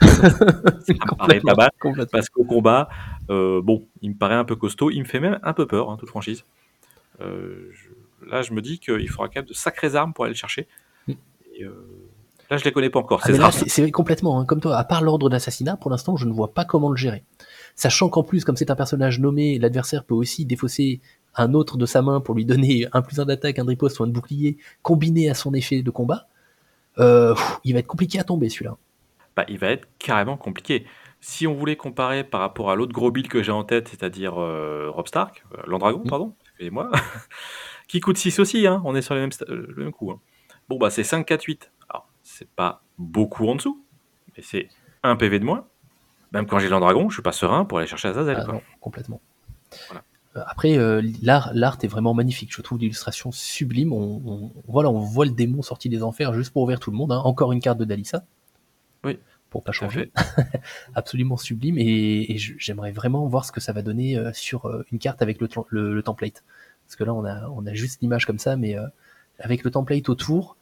Ça me paraît pas mal, complètement. parce qu'au combat, euh, bon, il me paraît un peu costaud, il me fait même un peu peur, hein, toute franchise. Euh, je- là, je me dis qu'il faudra quand même de sacrées armes pour aller le chercher. Mm. Et, euh, là, je les connais pas encore, Ah, ces mais là, armes. c'est c'est complètement, hein, comme toi, à part l'ordre d'assassinat, pour l'instant, je ne vois pas comment le gérer. Sachant qu'en plus, comme c'est un personnage nommé, l'adversaire peut aussi défausser un autre de sa main pour lui donner un plus un d'attaque, un de riposte ou un de bouclier, combiné à son effet de combat. Euh, pff, il va être compliqué à tomber celui-là. Bah, il va être carrément compliqué. Si on voulait comparer par rapport à l'autre gros build que j'ai en tête, c'est-à-dire euh, Rob Stark, euh, Landragon, Mm. pardon, excusez-moi, qui coûte six aussi, hein, on est sur les mêmes sta- euh, le même coup. Hein. Bon, bah c'est cinq, quatre, huit. Alors, c'est pas beaucoup en dessous, mais c'est un P V de moins. Même quand j'ai Landragon, je suis pas serein pour aller chercher Azazel. Ah Quoi. non, complètement. Voilà. Euh, Après, euh, l'art, l'art est vraiment magnifique. Je trouve l'illustration sublime. On, on- voilà, on voit le démon sorti des enfers juste pour ouvrir tout le monde. Hein. Encore une carte de Dalissa. Oui, Pour pas tout à changer. fait. Absolument sublime. Et, et je- j'aimerais vraiment voir ce que ça va donner euh, sur euh, une carte avec le, tem- le, le template. Parce que là, on a, on a juste l'image comme ça, mais euh, avec le template autour,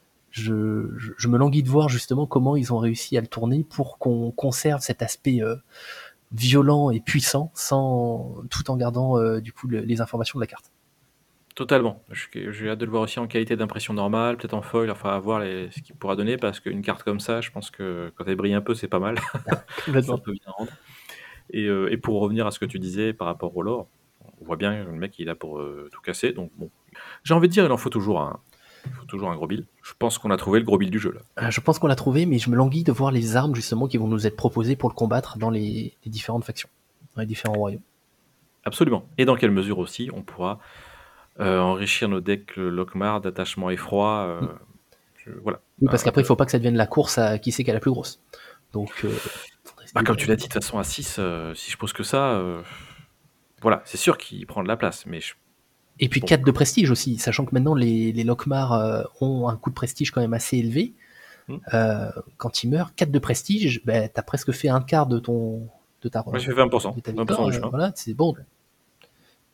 je, je, je me languis de voir justement comment ils ont réussi à le tourner pour qu'on conserve cet aspect euh, violent et puissant, sans tout en gardant euh, du coup le- les informations de la carte. Totalement. Je- J'ai hâte de le voir aussi en qualité d'impression normale, peut-être en foil, enfin à voir les- ce qu'il pourra donner, parce qu'une carte comme ça, je pense que quand elle brille un peu, c'est pas mal. Ça Complètement. peut bien rendre. Et, euh, et pour revenir à ce que tu disais par rapport au lore, on voit bien que le mec il est là pour euh, tout casser, donc bon. J'ai envie de dire, il en faut toujours un, il faut toujours un gros build. Je pense qu'on a trouvé le gros build du jeu là. Euh, je pense qu'on l'a trouvé, mais je me languis de voir les armes justement qui vont nous être proposées pour le combattre dans les, les différentes factions, dans les différents royaumes. Absolument. Et dans quelle mesure aussi on pourra euh, enrichir nos decks euh, Lockmar d'attachement effroi. Euh, Mm. je- voilà. Oui, parce Euh, qu'après, il faut pas que ça devienne la course à qui c'est qui a la plus grosse. Donc, euh, faudrait se bah, comme débrouiller. tu l'as dit, de toute façon, à six, euh, si je pose que ça, euh, voilà, c'est sûr qu'il prend de la place, mais je- Et puis Bon. quatre de prestige aussi, sachant que maintenant les, les Lockmar euh, ont un coût de prestige quand même assez élevé. Mm. Euh, quand ils meurent, quatre de prestige, ben, t'as presque fait un quart de ton de ta, moi, je fais vingt pour cent. de ta vingt pour cent victoire. du euh, chemin. voilà, c'est bon.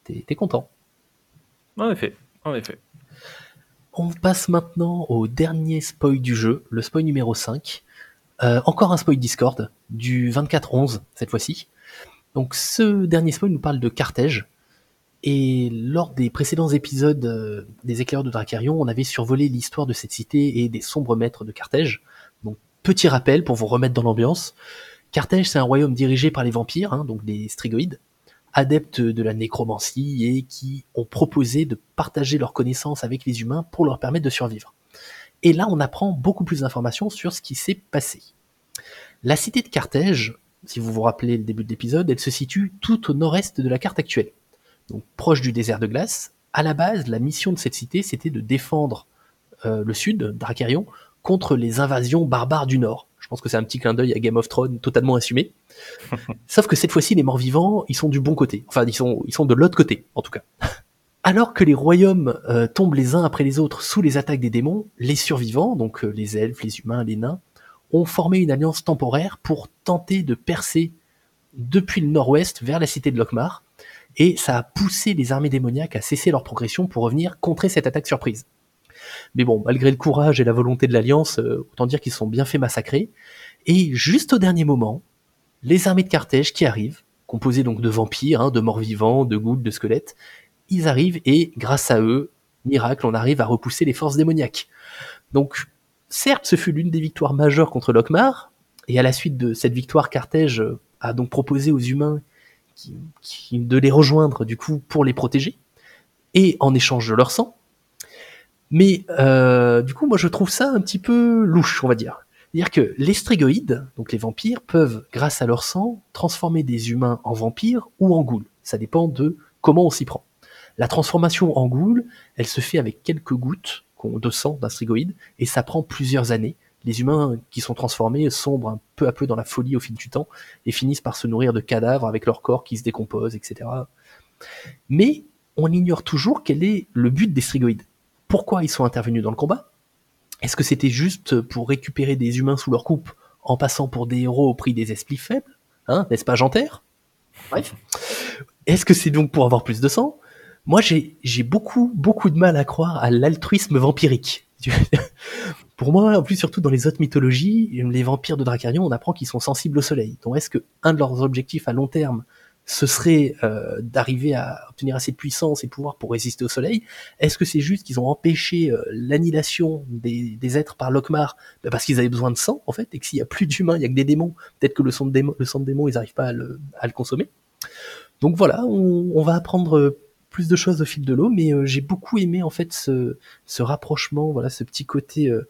T'es es content. En effet, en effet. On passe maintenant au dernier spoil du jeu, le spoil numéro cinq. Euh, encore un spoil Discord, du vingt-quatre onze cette fois-ci. Donc ce dernier spoil nous parle de Carthage. Et lors des précédents épisodes euh, des éclaireurs de Dracarion, on avait survolé l'histoire de cette cité et des sombres maîtres de Carthage. Donc petit rappel pour vous remettre dans l'ambiance. Carthage, c'est un royaume dirigé par les vampires, hein, donc des strygoïdes, adeptes de la nécromancie et qui ont proposé de partager leurs connaissances avec les humains pour leur permettre de survivre. Et là, on apprend beaucoup plus d'informations sur ce qui s'est passé. La cité de Carthage, si vous vous rappelez le début de l'épisode, elle se situe tout au nord-est de la carte actuelle, donc proche du désert de glace. À la base, la mission de cette cité, c'était de défendre euh, le sud, Dracarion, contre les invasions barbares du nord. Je pense que c'est un petit clin d'œil à Game of Thrones totalement assumé. Sauf que cette fois-ci, les morts-vivants, ils sont du bon côté. Enfin, ils sont, ils sont de l'autre côté, en tout cas. Alors que les royaumes euh, tombent les uns après les autres sous les attaques des démons, les survivants, donc euh, les elfes, les humains, les nains, ont formé une alliance temporaire pour tenter de percer depuis le nord-ouest vers la cité de Lockmar, et ça a poussé les armées démoniaques à cesser leur progression pour revenir contrer cette attaque surprise. Mais bon, malgré le courage et la volonté de l'Alliance, euh, autant dire qu'ils se sont bien fait massacrer, et juste au dernier moment, les armées de Carthage qui arrivent, composées donc de vampires, hein, de morts-vivants, de ghouls, de squelettes, ils arrivent et, grâce à eux, miracle, on arrive à repousser les forces démoniaques. Donc, certes, ce fut l'une des victoires majeures contre Lockmar, et à la suite de cette victoire, Carthage a donc proposé aux humains qui, qui, de les rejoindre, du coup, pour les protéger, et en échange de leur sang. Mais, euh, du coup, moi, je trouve ça un petit peu louche, on va dire. C'est-à-dire que les strygoïdes, donc les vampires, peuvent, grâce à leur sang, transformer des humains en vampires ou en ghouls. Ça dépend de comment on s'y prend. La transformation en ghoul, elle se fait avec quelques gouttes de sang d'un strygoïde, et ça prend plusieurs années. Les humains qui sont transformés sombrent un peu à peu dans la folie au fil du temps, et finissent par se nourrir de cadavres avec leur corps qui se décompose, et cetera. Mais on ignore toujours quel est le but des strygoïdes. Pourquoi ils sont intervenus dans le combat ? Est-ce que c'était juste pour récupérer des humains sous leur coupe en passant pour des héros au prix des esprits faibles ? Hein, n'est-ce pas, Janter ? Bref. Est-ce que c'est donc pour avoir plus de sang ? Moi, j'ai, j'ai beaucoup, beaucoup de mal à croire à l'altruisme vampirique. Pour moi, en plus, surtout dans les autres mythologies, les vampires de Dracarion, on apprend qu'ils sont sensibles au soleil. Donc, est-ce que un de leurs objectifs à long terme, ce serait euh, d'arriver à obtenir assez de puissance et de pouvoir pour résister au soleil ? Est-ce que c'est juste qu'ils ont empêché euh, l'annihilation des, des êtres par Lockmar, bah parce qu'ils avaient besoin de sang, en fait, et que s'il y a plus d'humains, il y a que des démons, peut-être que le sang de démon, le sang de démon, ils n'arrivent pas à le, à le consommer. Donc voilà, on, on va apprendre plus de choses au fil de l'eau, mais euh, j'ai beaucoup aimé en fait ce, ce rapprochement, voilà, ce petit côté euh,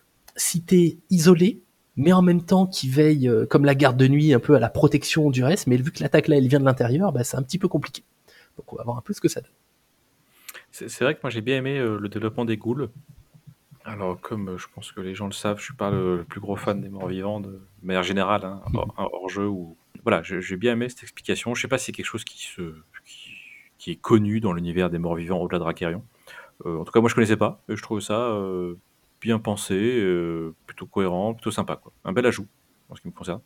cité isolée, mais en même temps qui veille euh, comme la garde de nuit un peu à la protection du reste, mais vu que l'attaque là elle vient de l'intérieur, bah, c'est un petit peu compliqué. Donc on va voir un peu ce que ça donne. C'est, c'est vrai que moi j'ai bien aimé euh, le développement des ghouls. Alors comme euh, je pense que les gens le savent, je suis pas le, le plus gros fan des morts-vivants de, de manière générale, hein, hors, hors jeu ou voilà, j'ai, j'ai bien aimé cette explication. Je sais pas si c'est quelque chose qui se qui, qui est connu dans l'univers des morts-vivants au-delà de Dracarion. Euh, en tout cas, moi je connaissais pas, et je trouve ça euh, bien pensé, euh, plutôt cohérent, plutôt sympa, quoi. Un bel ajout en ce qui me concerne.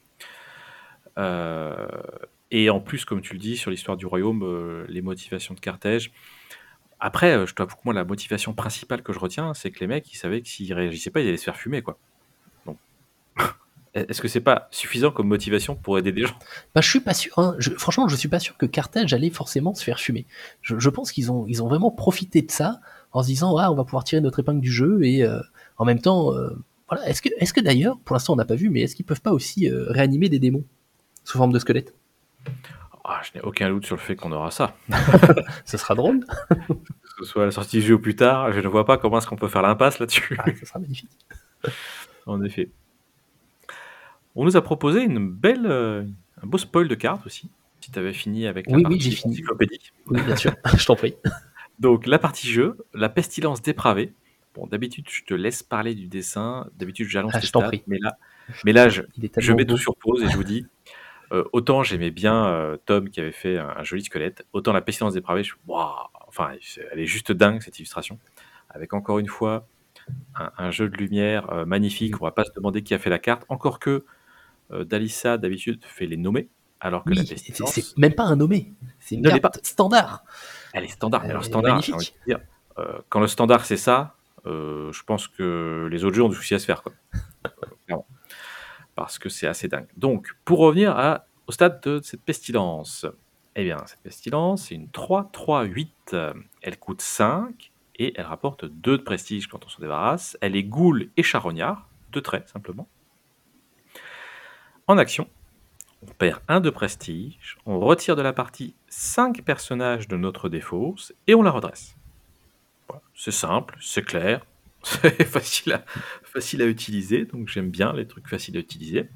Euh, et en plus, comme tu le dis, sur l'histoire du royaume, euh, les motivations de Carthage. Après, euh, je t'avoue que moi, la motivation principale que je retiens, c'est que les mecs, ils savaient que s'ils réagissaient pas, ils allaient se faire fumer, quoi. Donc, est-ce que c'est pas suffisant comme motivation pour aider des gens ? Bah, je suis pas sûr. Hein. Je, franchement, je suis pas sûr que Carthage allait forcément se faire fumer. Je, je pense qu'ils ont, ils ont vraiment profité de ça en se disant, ah, on va pouvoir tirer notre épingle du jeu et euh, en même temps, euh, voilà. Est-ce que, est-ce que d'ailleurs, pour l'instant, on n'a pas vu, mais est-ce qu'ils peuvent pas aussi euh, réanimer des démons sous forme de squelettes ? Ah, je n'ai aucun doute sur le fait qu'on aura ça. Ce sera drôle. Que ce soit à la sortie du jeu ou plus tard, je ne vois pas comment est-ce qu'on peut faire l'impasse là-dessus. Ah, ce sera magnifique. En effet. On nous a proposé une belle, euh, un beau spoil de cartes aussi. Si tu avais fini avec la Oui, partie oui, j'ai fini. encyclopédie. Oui, bien sûr. Je t'en prie. Donc, la partie jeu, la pestilence dépravée. Bon, d'habitude, je te laisse parler du dessin. D'habitude, j'annonce Ah, les je t'en stats. prie. Mais là, mais là je, Il est je tellement mets tout beau. sur pause et je vous dis, euh, autant j'aimais bien euh, Tom qui avait fait un, un joli squelette, autant la pestilence dépravée, je, waouh, enfin, elle est juste dingue cette illustration. Avec encore une fois un, un jeu de lumière euh, magnifique. On va pas se demander qui a fait la carte. Encore que euh, Dalissa, d'habitude, fait les nommés. alors que la Oui, c'est pestilence c'est même pas un nommé, c'est une ne l'est pas. carte standard. Elle est standard, mais alors Elle est standard, j'ai envie de magnifique. te dire, heu, quand le standard c'est ça, heu, je pense que les autres jeux ont du souci à se faire, quoi. Heu, clairement. Parce que c'est assez dingue. Donc, pour revenir à au stade de cette pestilence. Eh bien, cette pestilence, c'est une trois trois huit, elle coûte cinq et elle rapporte deux de prestige quand on s'en débarrasse. Elle est ghoul et charognard, deux traits simplement. En action, on perd un de prestige, on retire de la partie cinq personnages de notre défausse et on la redresse. Voilà, c'est simple, c'est clair, c'est facile à facile à utiliser, donc j'aime bien les trucs faciles à utiliser.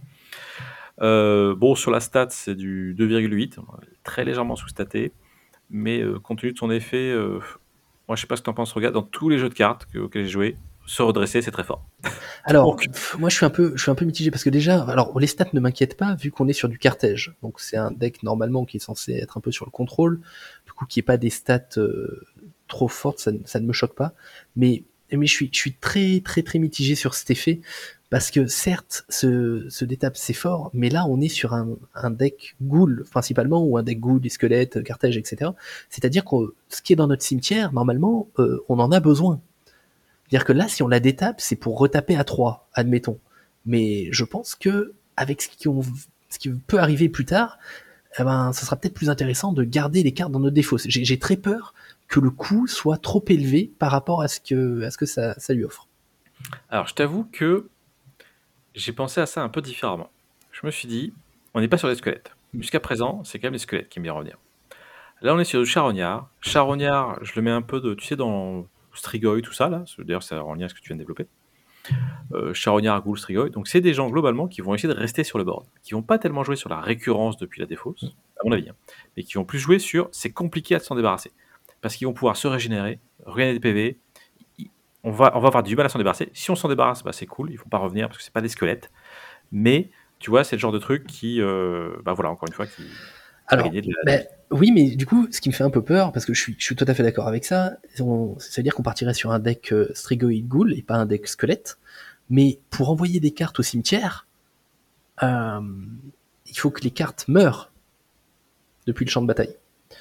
Heu, bon, sur la stat, c'est du deux virgule huit, très légèrement sous-staté, mais heu, compte tenu de son effet, heu, moi je sais pas ce que tu en penses, regarde, dans tous les jeux de cartes que auxquels j'ai joué, se redresser, c'est très fort. Alors, Donc pff, moi je suis un peu, je suis un peu mitigé parce que déjà, alors les stats ne m'inquiètent pas vu qu'on est sur du cartège. Donc c'est un deck normalement qui est censé être un peu sur le contrôle. Du coup, qui est pas des stats euh, trop fortes, ça, ne- ça ne me choque pas. Mais mais je suis, je suis très très très mitigé sur cet effet parce que certes, ce, ce détape c'est fort, mais là on est sur un, un deck ghoul principalement ou un deck ghoul, des squelettes, cartège, et cetera. C'est-à-dire que ce qui est dans notre cimetière, normalement, euh, on en a besoin. C'est-à-dire que là, si on la détape, c'est pour retaper à trois, admettons. Mais je pense que avec ce qui, on- ce qui peut arriver plus tard, eh ben, ça sera peut-être plus intéressant de garder les cartes dans notre défaut. J'ai j'ai très peur que le coût soit trop élevé par rapport à ce que, à ce que ça, ça lui offre. alors je t'avoue que j'ai pensé à ça un peu différemment. Je me suis dit: «On n'est pas sur des squelettes». Jusqu'à présent, c'est quand même les squelettes qui me bien revenir. Là, on est sur du charognard. Charognard, je le mets un peu de tu sais, dans Strigoi, tout ça là, c'est d'ailleurs, c'est en lien avec ce que tu viens de développer. Heu, charognard, ghoul, strigoi, donc c'est des gens globalement qui vont essayer de rester sur le board, qui vont pas tellement jouer sur la récurrence depuis la défausse, à mon avis, hein, mais qui vont plus jouer sur c'est compliqué à s'en débarrasser. Parce qu'ils vont pouvoir se régénérer, regagner des P V, i on va on va avoir du mal à s'en débarrasser. Si on s'en débarrasse, bah, c'est cool, ils vont pas revenir parce que c'est pas des squelettes, mais tu vois, c'est le genre de truc qui, heu, bah, voilà, encore une fois, qui qui va Alors, gagner de la de la ben, vie. oui, mais du coup, ce qui me fait un peu peur, parce que je suis, je suis tout à fait d'accord avec ça, on- c'est-à-dire qu'on partirait sur un deck euh, Strigoi Ghoul et pas un deck squelette. Mais pour envoyer des cartes au cimetière, euh, il faut que les cartes meurent depuis le champ de bataille.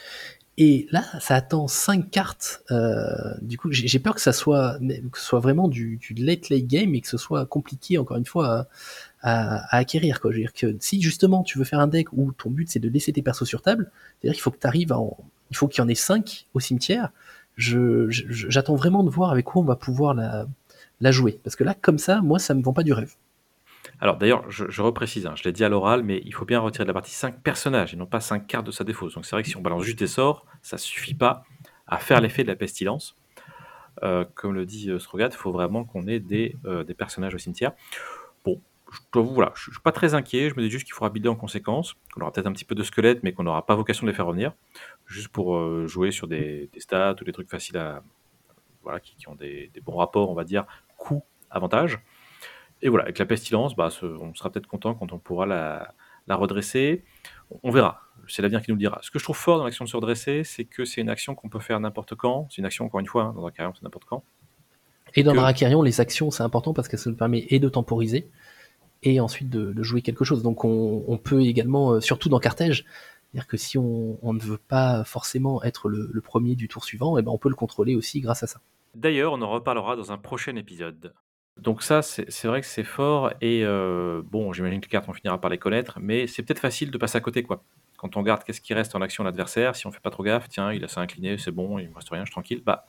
Et là, ça attend cinq cartes. Euh, du coup, j'ai j'ai peur que ça soit, que ce soit vraiment du, du late late game et que ce soit compliqué, encore une fois, à, à, à acquérir. Quoi. Je veux dire que si justement tu veux faire un deck où ton but c'est de laisser tes persos sur table, c'est-à-dire qu'il faut que tu arrives à en, il faut qu'il y en ait cinq au cimetière. Je, je- j'attends vraiment de voir avec quoi on va pouvoir la, la jouer. Parce que là, comme ça, moi, ça me vend pas du rêve. Alors d'ailleurs, je je reprécise, hein, je l'ai dit à l'oral, mais il faut bien retirer de la partie cinq personnages et non pas cinq cartes de sa défausse. Donc c'est vrai que si on balance juste des sorts, ça suffit pas à faire l'effet de la pestilence. Heu, comme le dit, heu, Strogat, il faut vraiment qu'on ait des, heu, des personnages au cimetière. Bon, je t'avoue, voilà, je suis je suis pas très inquiet, je me dis juste qu'il faudra builder en conséquence, qu'on aura peut-être un petit peu de squelettes, mais qu'on n'aura pas vocation de les faire revenir, juste pour, heu, jouer sur des des stats ou des trucs faciles à voilà, qui qui ont des des bons rapports, on va dire, coût-avantage. Et voilà, avec la pestilence, bah, ce on sera peut-être content quand on pourra la la redresser. On on verra, c'est l'avenir qui nous le dira. Ce que je trouve fort dans l'action de se redresser, c'est que c'est une action qu'on peut faire n'importe quand. C'est une action, encore une fois, hein, dans un carrière, c'est n'importe quand. Et Et dans que Dracarion, les actions, c'est important parce que ça nous permet et de temporiser et ensuite de, de jouer quelque chose. Donc on, on peut également, euh, surtout dans Carthège, dire que si on, on ne veut pas forcément être le, le premier du tour suivant, et ben on peut le contrôler aussi grâce à ça. d'ailleurs, on en reparlera dans un prochain épisode. Donc ça, c'est c'est vrai que c'est fort et heu, bon, j'imagine que les cartes, on finira par les connaître, mais c'est peut-être facile de passer à côté, quoi. Quand on regarde qu'est-ce qui reste en action à l'adversaire, si on fait pas trop gaffe, tiens, il a ça incliné, c'est bon, il me reste rien, je suis tranquille. Bah,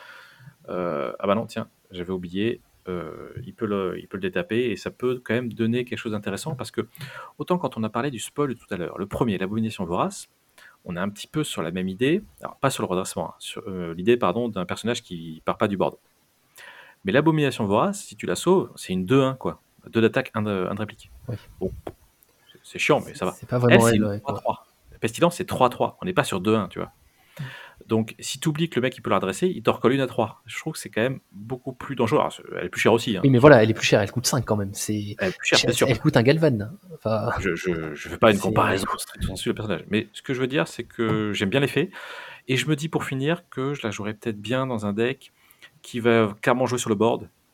heu, ah bah non, tiens, j'avais oublié, heu, il peut le il peut le détaper et ça peut quand même donner quelque chose d'intéressant parce que, autant quand on a parlé du spoil tout à l'heure, le premier, l'abomination vorace, on est un petit peu sur la même idée, alors pas sur le redressement, hein, sur, heu, l'idée, pardon, d'un personnage qui part pas du board. Mais l'abomination vorace, si tu la sauves, c'est une deux un, quoi. deux d'attaque, un de un de réplique. Oui. Bon, c'est c'est chiant, mais C'est ça va. c'est pas Elle, vraiment c'est elle, une ouais, quoi. trois trois. La pestilence, c'est trois trois. On n'est pas sur deux un, tu vois? Donc si tu oublies que le mec, il peut la redresser, il te recolle une à trois. Je trouve que c'est quand même beaucoup plus dangereux. Alors, c'est elle est plus chère aussi, hein, Oui, mais attention. voilà, elle est plus chère, elle coûte cinq quand même. C'est, Elle est plus chère, bien sûr. elle coûte un Galvan. Enfin, Je je je fais pas une c'est, comparaison stricto sensu le personnage, mais ce que je veux dire, c'est que j'aime bien l'effet et je me dis pour finir que je la jouerais peut-être bien dans un deck qui va clairement jouer sur le board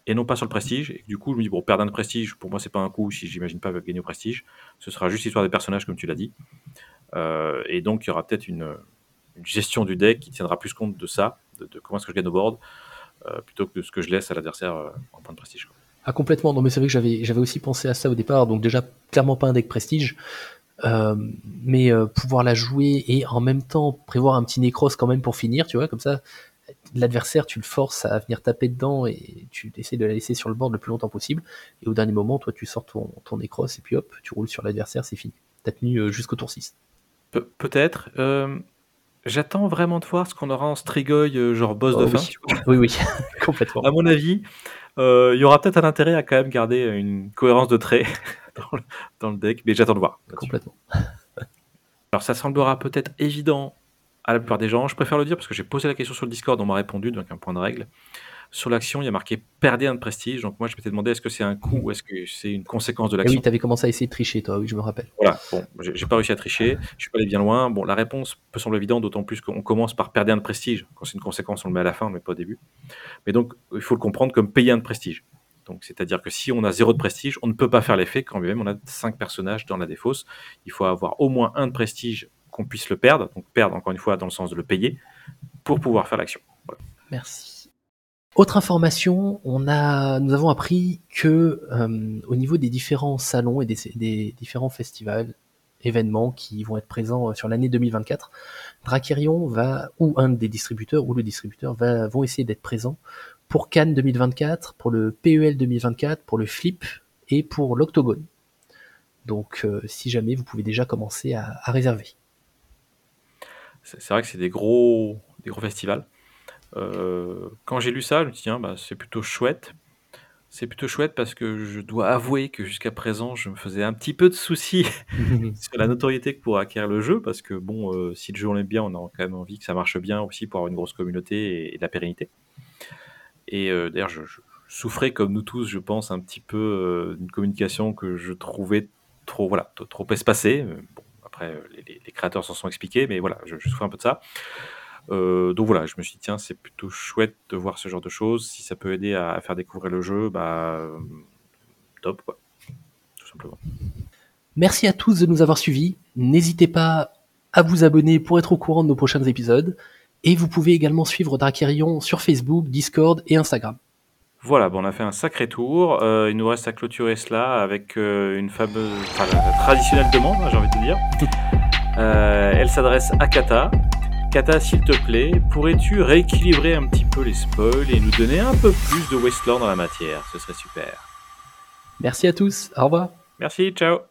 et non pas sur le prestige. Et du coup, je me dis, bon, perdre un de prestige, pour moi, c'est pas un coup si j'imagine pas gagner au prestige. Ce sera juste histoire des personnages, comme tu l'as dit. Euh, et donc, il y aura peut-être une, une gestion du deck qui tiendra plus compte de ça, de, de comment est-ce que je gagne au board, euh, plutôt que de ce que je laisse à l'adversaire euh, en point de prestige, quoi. Ah, complètement. Non, mais c'est vrai que j'avais, j'avais aussi pensé à ça au départ. Donc, déjà, clairement pas un deck prestige. Euh, mais euh, pouvoir la jouer et en même temps prévoir un petit nécros quand même pour finir, tu vois, comme ça, l'adversaire, tu le forces à venir taper dedans et tu essaies de la laisser sur le board le plus longtemps possible. Et au dernier moment, toi, tu sors ton, ton nécros et puis hop, tu roules sur l'adversaire, c'est fini. T'as tenu euh, jusqu'au tour six. Pe- peut-être. Euh, j'attends vraiment de voir ce qu'on aura en Strigoi, euh, genre boss Oh de fin, oui, tu vois. oui, oui, complètement. À mon avis, euh, il y aura peut-être un intérêt à quand même garder une cohérence de traits dans, le, dans le deck, mais j'attends de voir là-dessus. Complètement. Alors ça semblera peut-être évident à la plupart des gens, je préfère le dire parce que j'ai posé la question sur le Discord, on m'a répondu, donc un point de règle. Sur l'action, il y a marqué perdez un de prestige, donc moi je m'étais demandé est-ce que c'est un coup ou est-ce que c'est une conséquence de Et oui, l'action. t'avais commencé à essayer de tricher, toi, oui, je me rappelle. Voilà, bon, j'ai j'ai pas réussi à tricher, je suis pas allé bien loin. Bon, la réponse peut sembler évidente, d'autant plus qu'on commence par perdre un de prestige. Quand c'est une conséquence, on le met à la fin, on le met pas au début. Mais donc, il faut le comprendre comme payer un de prestige. Donc, c'est-à-dire que si on a zéro de prestige, on ne peut pas faire l'effet quand même on a cinq personnages dans la défausse. Il faut avoir au moins un de prestige qu'on puisse le perdre, donc perdre encore une fois dans le sens de le payer, pour pouvoir faire l'action. Voilà. Merci. Autre information, on a, nous avons appris que euh, au niveau des différents salons et des, des différents festivals, événements qui vont être présents sur l'année deux mille vingt-quatre, Dracarion va, ou un des distributeurs, ou le distributeur, va, vont essayer d'être présents pour Cannes deux mille vingt-quatre, pour le P E L deux mille vingt-quatre, pour le Flip et pour l'Octogone. Donc euh, si jamais, vous pouvez déjà commencer à, à réserver. C'est c'est vrai que c'est des gros, des gros festivals. Euh, quand j'ai lu ça, je me suis dit, tiens, bah, c'est plutôt chouette. C'est plutôt chouette parce que je dois avouer que jusqu'à présent, je me faisais un petit peu de soucis sur la notoriété que pourrait acquérir le jeu, parce que bon, euh, si le jeu on l'aime bien, on a quand même envie que ça marche bien aussi pour avoir une grosse communauté et, et de la pérennité. Et euh, d'ailleurs, je, je souffrais comme nous tous, je pense, un petit peu euh, d'une communication que je trouvais trop, voilà, t- trop espacée. Euh, Bon, après, euh, les, les- les créateurs s'en sont expliqués, mais voilà, je, je souffrais un peu de ça. Euh, donc voilà, je me suis dit, tiens, c'est plutôt chouette de voir ce genre de choses. Si ça peut aider à, à faire découvrir le jeu, bah, euh, top, quoi, tout simplement. Merci à tous de nous avoir suivis. N'hésitez pas à vous abonner pour être au courant de nos prochains épisodes. Et vous pouvez également suivre Dracarion sur Facebook, Discord et Instagram. Voilà, bon, on a fait un sacré tour. Euh, il nous reste à clôturer cela avec euh, une fameuse, enfin, la, la traditionnelle demande, hein, j'ai envie de te dire. Euh, elle s'adresse à Kata. Kata, s'il te plaît, pourrais-tu rééquilibrer un petit peu les spoils et nous donner un peu plus de Wasteland dans la matière? Ce serait super. Merci à tous. Au revoir. Merci, ciao.